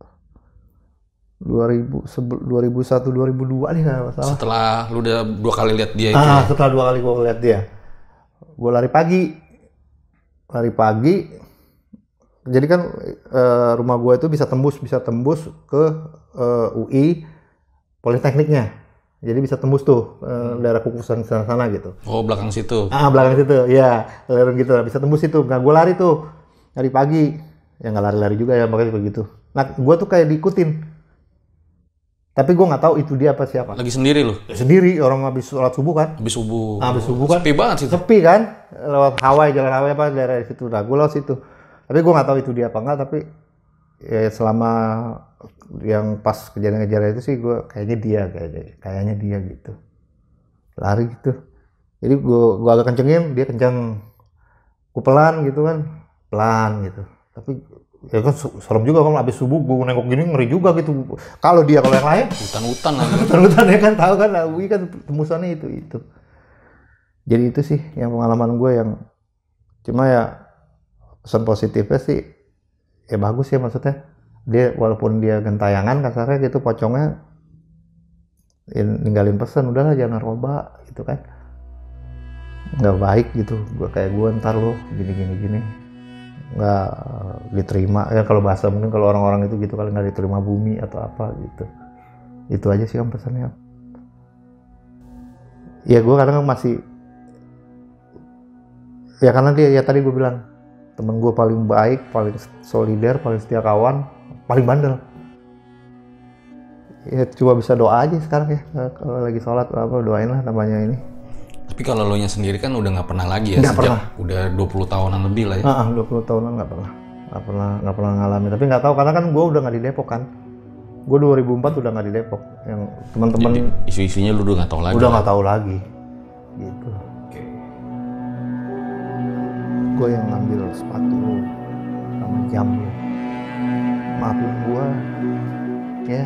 dua ribu satu dua ribu dua nih nggak masalah. Setelah lu udah dua kali lihat dia itu. Ah, ya? Setelah dua kali gue lihat dia. Gue lari pagi. Lari pagi. Jadi kan uh, rumah gue itu bisa tembus bisa tembus ke uh, U I Politekniknya. Jadi bisa tembus tuh uh, daerah Kukusan sana sana gitu. Oh, belakang situ. Ah, belakang situ. Iya, lari gitu. Bisa tembus itu. Nah, gue lari tuh. Lari pagi. Ya nggak lari-lari juga ya, makanya begitu. Nah, gue tuh kayak diikutin. Tapi gue nggak tahu itu dia apa siapa. Lagi sendiri loh? Sendiri, orang habis sholat subuh kan. Habis subuh. Nah, habis subuh kan. Sepi banget sih. Sepi kan. Lewat Hawaii, jalan Hawaii apa daerah situ. Nah, gue lewat situ. Tapi gue nggak tahu itu dia apa enggak. Tapi ya selama yang pas kejadian-kejadian itu sih gue kayaknya dia, kayaknya, kayaknya dia gitu. Lari gitu. Jadi gue gue agak kencengin, dia kenceng. Gue pelan gitu kan, pelan gitu. Tapi ya kan serem juga kan abis subuh gue nengok gini ngeri juga gitu. Kalau dia kalau yang lain hutan-hutan lagi. Hutan-hutan ya kan tahu kan, Ui kan tembusannya itu itu. Jadi itu sih yang pengalaman gue yang cuma ya pesan positifnya sih ya bagus ya maksudnya. Dia walaupun dia gentayangan kasarnya gitu pocongnya ya, ninggalin pesan udahlah jangan narkoba gitu kan. Nggak baik gitu. Gue kayak gue ntar lo gini-gini gini. Nggak diterima ya kalau bahasa mungkin kalau orang-orang itu gitu kali nggak diterima bumi atau apa gitu. Itu aja sih om pesannya. Ya gue kadang masih ya karena dia ya tadi gue bilang temen gue paling baik, paling solider, paling setia kawan, paling bandel. Ya cuma bisa doa aja sekarang ya kalau lagi sholat apa doain lah namanya ini. Tapi kalau lo nya sendiri kan udah nggak pernah lagi ya, nggak sejak pernah. Udah dua puluh tahunan lebih lah ya. Ah, dua puluh tahunan nggak pernah, nggak pernah, nggak pernah ngalamin. Tapi nggak tahu karena kan gue udah nggak di Depok kan. Gue dua ribu empat udah nggak di Depok. Yang teman-teman isu-isunya lu udah nggak tahu lagi. Udah nggak tahu lagi, gitu. Oke. Gue yang ngambil sepatu lo sama jam lo. Maafin gue, ya.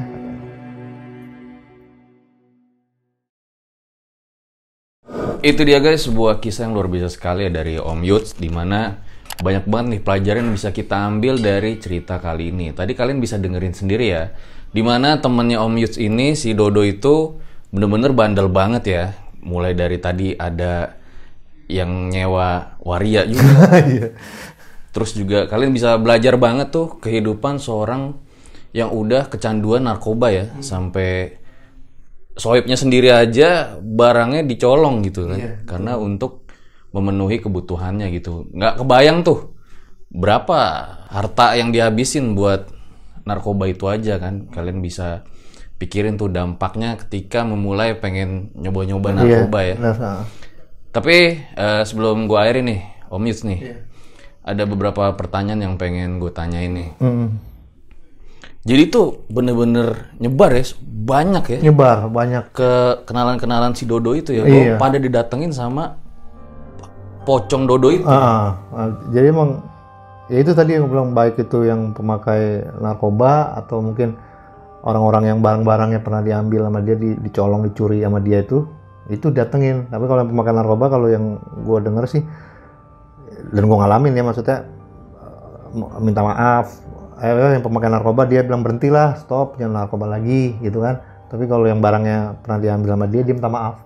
Itu dia guys, sebuah kisah yang luar biasa sekali ya dari Om Yuts, dimana banyak banget nih pelajaran yang bisa kita ambil dari cerita kali ini. Tadi kalian bisa dengerin sendiri ya, dimana temennya Om Yuts ini, si Dodo itu bener-bener bandel banget ya. Mulai dari tadi ada yang nyewa waria juga. Terus juga kalian bisa belajar banget tuh kehidupan seorang yang udah kecanduan narkoba ya, hmm. sampai sohibnya sendiri aja barangnya dicolong gitu kan, yeah, karena betul. Untuk memenuhi kebutuhannya gitu. Nggak kebayang tuh berapa harta yang dihabisin buat narkoba itu aja kan. Kalian bisa pikirin tuh dampaknya ketika memulai pengen nyoba-nyoba narkoba yeah, ya. Nah. Tapi uh, sebelum gue akhirin nih, Om Yuts nih, yeah. ada beberapa pertanyaan yang pengen gue tanyain nih. Mm. Jadi tuh bener-bener nyebar ya, banyak ya? Nyebar, banyak. Ke kenalan-kenalan si Dodo itu ya, iya. pada didatengin sama pocong Dodo itu. Ah, ah, jadi emang, ya itu tadi yang bilang baik itu yang pemakai narkoba atau mungkin orang-orang yang barang-barangnya pernah diambil sama dia, di, dicolong, dicuri sama dia itu, itu datengin. Tapi kalau yang pemakai narkoba, kalau yang gue denger sih, dan gue ngalamin ya maksudnya, minta maaf. Eh, yang pemakai narkoba dia bilang berhentilah, stop, jangan narkoba lagi gitu kan. Tapi kalau yang barangnya pernah diambil sama dia, dia minta maaf.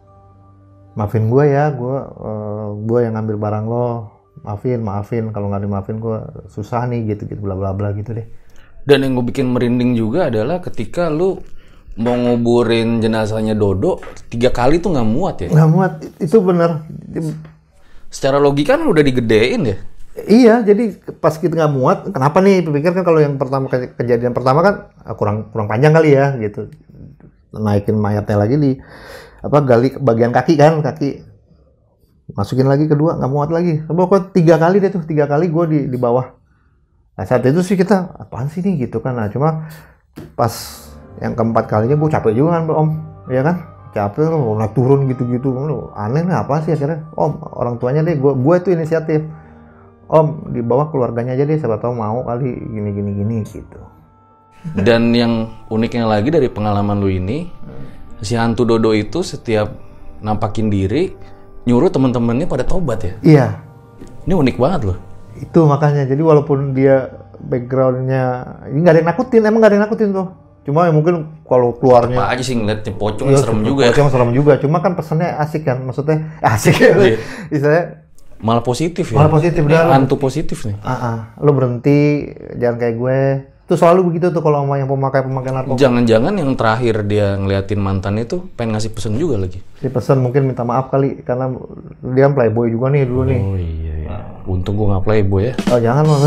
Maafin gue ya, gue uh, gue yang ngambil barang lo, maafin, maafin. Kalau nggak dimaafin gue susah nih gitu gitu bla bla bla gitu deh. Dan yang gue bikin merinding juga adalah ketika lu mau nguburin jenazahnya Dodo, tiga kali tuh nggak muat ya? Nggak muat, itu bener. Secara logika kan udah digedein ya? Iya, jadi pas kita nggak muat, kenapa nih? Pikir kan kalau yang pertama kejadian pertama kan kurang kurang panjang kali ya, gitu. Naikin mayatnya lagi di apa gali bagian kaki kan, kaki masukin lagi kedua nggak muat lagi. Pokoknya tiga kali deh tuh, tiga kali gue di di bawah. Nah saat itu sih kita apaan sih nih gitu kan. Nah cuma pas yang keempat kalinya gue capek juga kan om, ya kan? Capek lo naik turun gitu-gitu, lo aneh lah apa sih akhirnya? Om orang tuanya deh, gue gue itu inisiatif. Om di bawah keluarganya aja deh, siapa tahu mau kali gini gini gini gitu. Dan yang uniknya lagi dari pengalaman lu ini, si hantu Dodo itu setiap nampakin diri nyuruh teman-temannya pada tobat ya. Iya. Ini unik banget loh. Itu makanya, jadi walaupun dia backgroundnya ini nggak ada yang nakutin, emang nggak ada yang nakutin tuh. Cuma ya mungkin kalau keluarnya Apa aja sih ngeliatnya pocong iya, serem juga ya. pocong serem juga. Cuma kan pesannya asik kan, maksudnya asik ya. Istilahnya Malah positif ya. Malah positif, Ini dah. hantu positif nih. ah, ah, lo berhenti, jangan kayak gue. Itu selalu begitu tuh kalau sama yang pemakai-pemakai narkoba. Jangan-jangan yang terakhir dia ngeliatin mantan itu pengen ngasih pesan juga lagi. Si pesan mungkin minta maaf kali karena dia kan playboy juga nih dulu nih. Oh iya, iya. Untung gua nggak playboy ya. Oh jangan loh.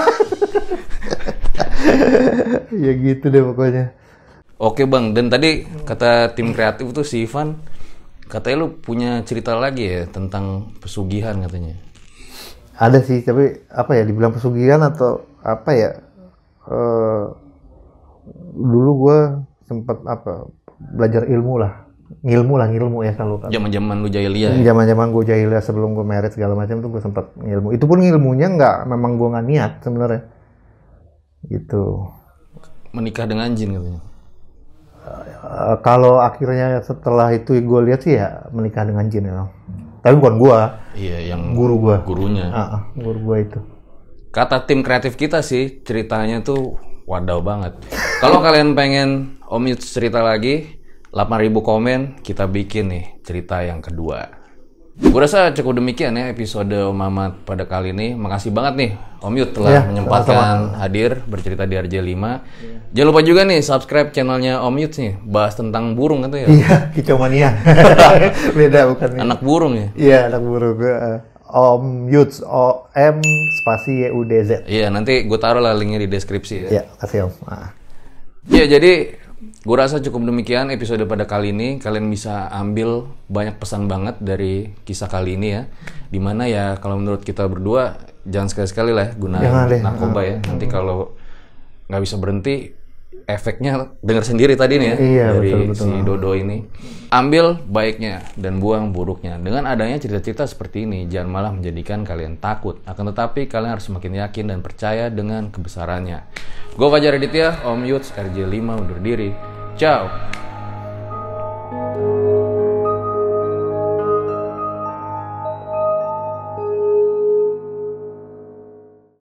Ya gitu deh pokoknya. Oke bang, dan tadi kata tim kreatif tuh si Ivan, katanya lu punya cerita lagi ya tentang pesugihan katanya. Ada sih, tapi apa ya dibilang pesugihan atau apa ya? Uh, dulu gue sempet apa belajar ilmu lah, ngilmu lah ngilmu ya selalu kan. Zaman-zaman lu jahiliyah. Ya? Zaman-zaman gue jahiliyah sebelum gue married segala macam tuh gue sempet ngilmu. Itu pun ngilmunya nggak, memang gue nggak niat sebenarnya. Gitu. Menikah dengan jin katanya. Uh, kalau akhirnya setelah itu gue lihat sih ya menikah dengan jin ya. Tapi bukan gue. Iya, yang guru gue. Gurunya. Uh, uh, guru gue itu. Kata tim kreatif kita sih, ceritanya tuh wadaw banget. Kalau kalian pengen Om Yuts cerita lagi, delapan ribu komen, kita bikin nih cerita yang kedua. Gue rasa cukup demikian ya episode Om Mamat pada kali ini. Makasih banget nih Om Yuts telah ya, menyempatkan sama-sama hadir bercerita di R J lima. Ya. Jangan lupa juga nih subscribe channelnya Om Yuts nih, bahas tentang burung kan tuh ya? Iya, kicomania. Beda bukan? Anak burung ya? Iya, anak burung. Uh, Om Yuts, O M spasi Y U D Z. Iya, nanti gue taruh lah linknya di deskripsi ya. Iya, kasih Om. Ah. Iya, jadi gue rasa cukup demikian episode pada kali ini. Kalian bisa ambil banyak pesan banget dari kisah kali ini ya. Dimana ya kalau menurut kita berdua jangan sekali-sekali lah gunain narkoba ya. Nanti kalau nggak bisa berhenti, efeknya dengar sendiri tadi nih ya iya, dari betul, betul. si Dodo ini. Ambil baiknya dan buang buruknya. Dengan adanya cerita-cerita seperti ini, jangan malah menjadikan kalian takut. Akan tetapi kalian harus semakin yakin dan percaya dengan kebesarannya. Gue Fajar Aditya, Om Yuts, R J lima undur diri. Ciao.